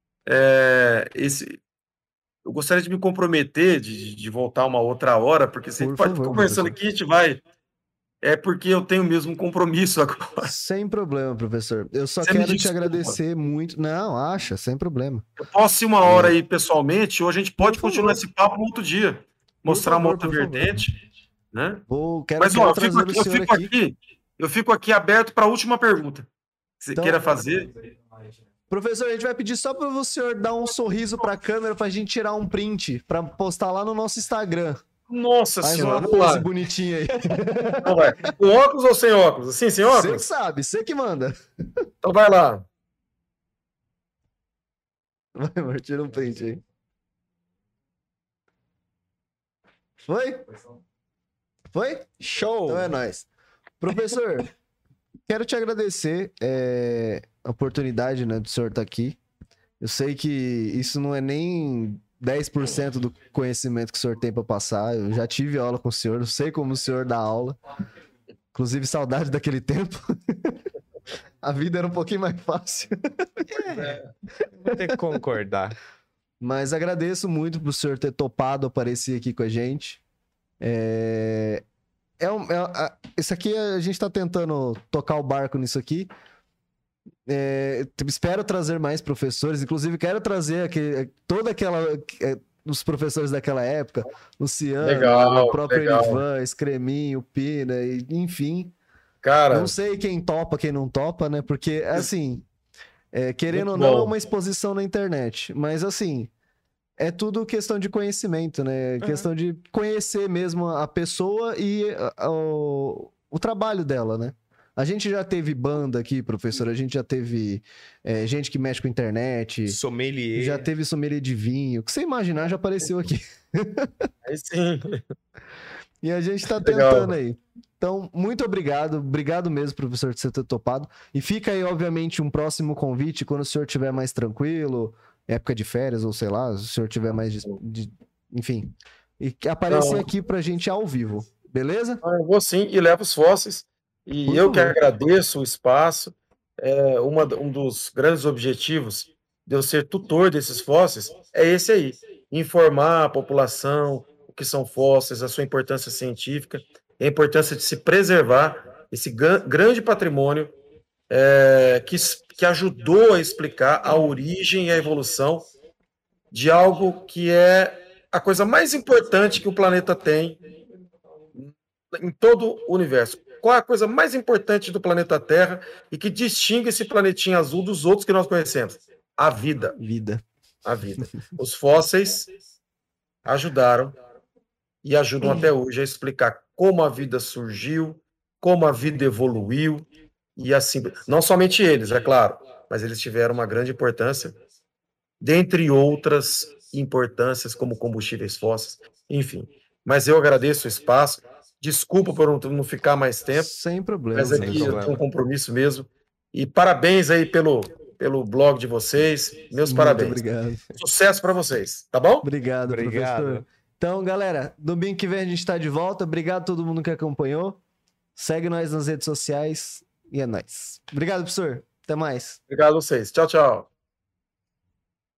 Eu gostaria de me comprometer de voltar uma outra hora, porque se a gente Por pode favor, ficar conversando professor. aqui, a gente vai. É porque eu tenho mesmo um compromisso agora. Sem problema, professor. Eu só Você me quero te desculpa. agradecer muito. Não, acha, sem problema. Eu posso ir uma hora aí pessoalmente, ou a gente pode Por continuar favor. esse papo no outro dia. Mostrar uma favor, outra por favor. vertente. Né? Quero Mas ó, eu trazer o senhor aqui. fico aqui aberto para a última pergunta. Que você Então- queira fazer. Professor, a gente vai pedir só para o senhor dar um sorriso para a câmera para a gente tirar um print para postar lá no nosso Instagram. Nossa Faz senhora, uma vamos lá. pose bonitinha aí. Então vai. Com óculos ou sem óculos? Assim, sem Você que óculos? sabe, você que manda. Então vai lá. Vai, amor, tira um print aí. Foi? Foi? Show! Então é nóis. Professor, quero te agradecer a oportunidade, né, do senhor estar aqui. Eu sei que isso não é nem 10% do conhecimento que o senhor tem para passar. Eu já tive aula com o senhor, eu sei como o senhor dá aula. Inclusive, saudade daquele tempo. A vida era um pouquinho mais fácil. Vou ter que concordar. Mas agradeço muito pro senhor ter topado aparecer aqui com a gente. Isso aqui, a gente tá tentando tocar o barco nisso aqui. Espero trazer mais professores. Inclusive, quero trazer os professores daquela época. Luciano, Legal, o próprio legal. Erivan, Screminho, Pina, enfim. Cara, Não sei quem topa, quem não topa, né? Porque, assim, querendo ou Muito não, bom. é uma exposição na internet. Mas, assim, é tudo questão de conhecimento, né? Questão de conhecer mesmo a pessoa e o trabalho dela, né? A gente já teve banda aqui, professor, a gente já teve gente que mexe com internet, Sommelier. já teve sommelier de vinho. O que você imaginar já apareceu aqui. aí sim. E a gente tá Legal. tentando aí. Então, muito obrigado. Obrigado mesmo, professor, de você ter topado. E fica aí, obviamente, um próximo convite quando o senhor estiver mais tranquilo, época de férias, ou sei lá, se o senhor tiver mais. Enfim. E que aparecer Não. aqui pra gente ao vivo. Beleza? Eu vou sim e levo os fósseis. E Por eu que favor. agradeço o espaço. Um dos grandes objetivos de eu ser tutor desses fósseis é esse aí: informar a população o que são fósseis, a sua importância científica, a importância de se preservar esse grande patrimônio que ajudou a explicar a origem e a evolução de algo que é a coisa mais importante que o planeta tem em todo o universo. Qual a coisa mais importante do planeta Terra e que distingue esse planetinha azul dos outros que nós conhecemos? A vida. Vida. A vida. Os fósseis ajudaram e ajudam até hoje a explicar como a vida surgiu, como a vida evoluiu e assim. Não somente eles, é claro, mas eles tiveram uma grande importância, dentre outras importâncias, como combustíveis fósseis, enfim. Mas eu agradeço o espaço. Desculpa por não ficar mais tempo, Sem problema. mas Sem aqui eu problema. tenho um compromisso mesmo. E parabéns aí pelo blog de vocês. Meus Muito parabéns. obrigado. Sucesso para vocês, tá bom? Obrigado, Obrigado. professor. Então, galera, domingo que vem a gente tá de volta. Obrigado a todo mundo que acompanhou. Segue nós nas redes sociais e é nóis. Obrigado, professor. Até mais. Obrigado a vocês. Tchau, tchau.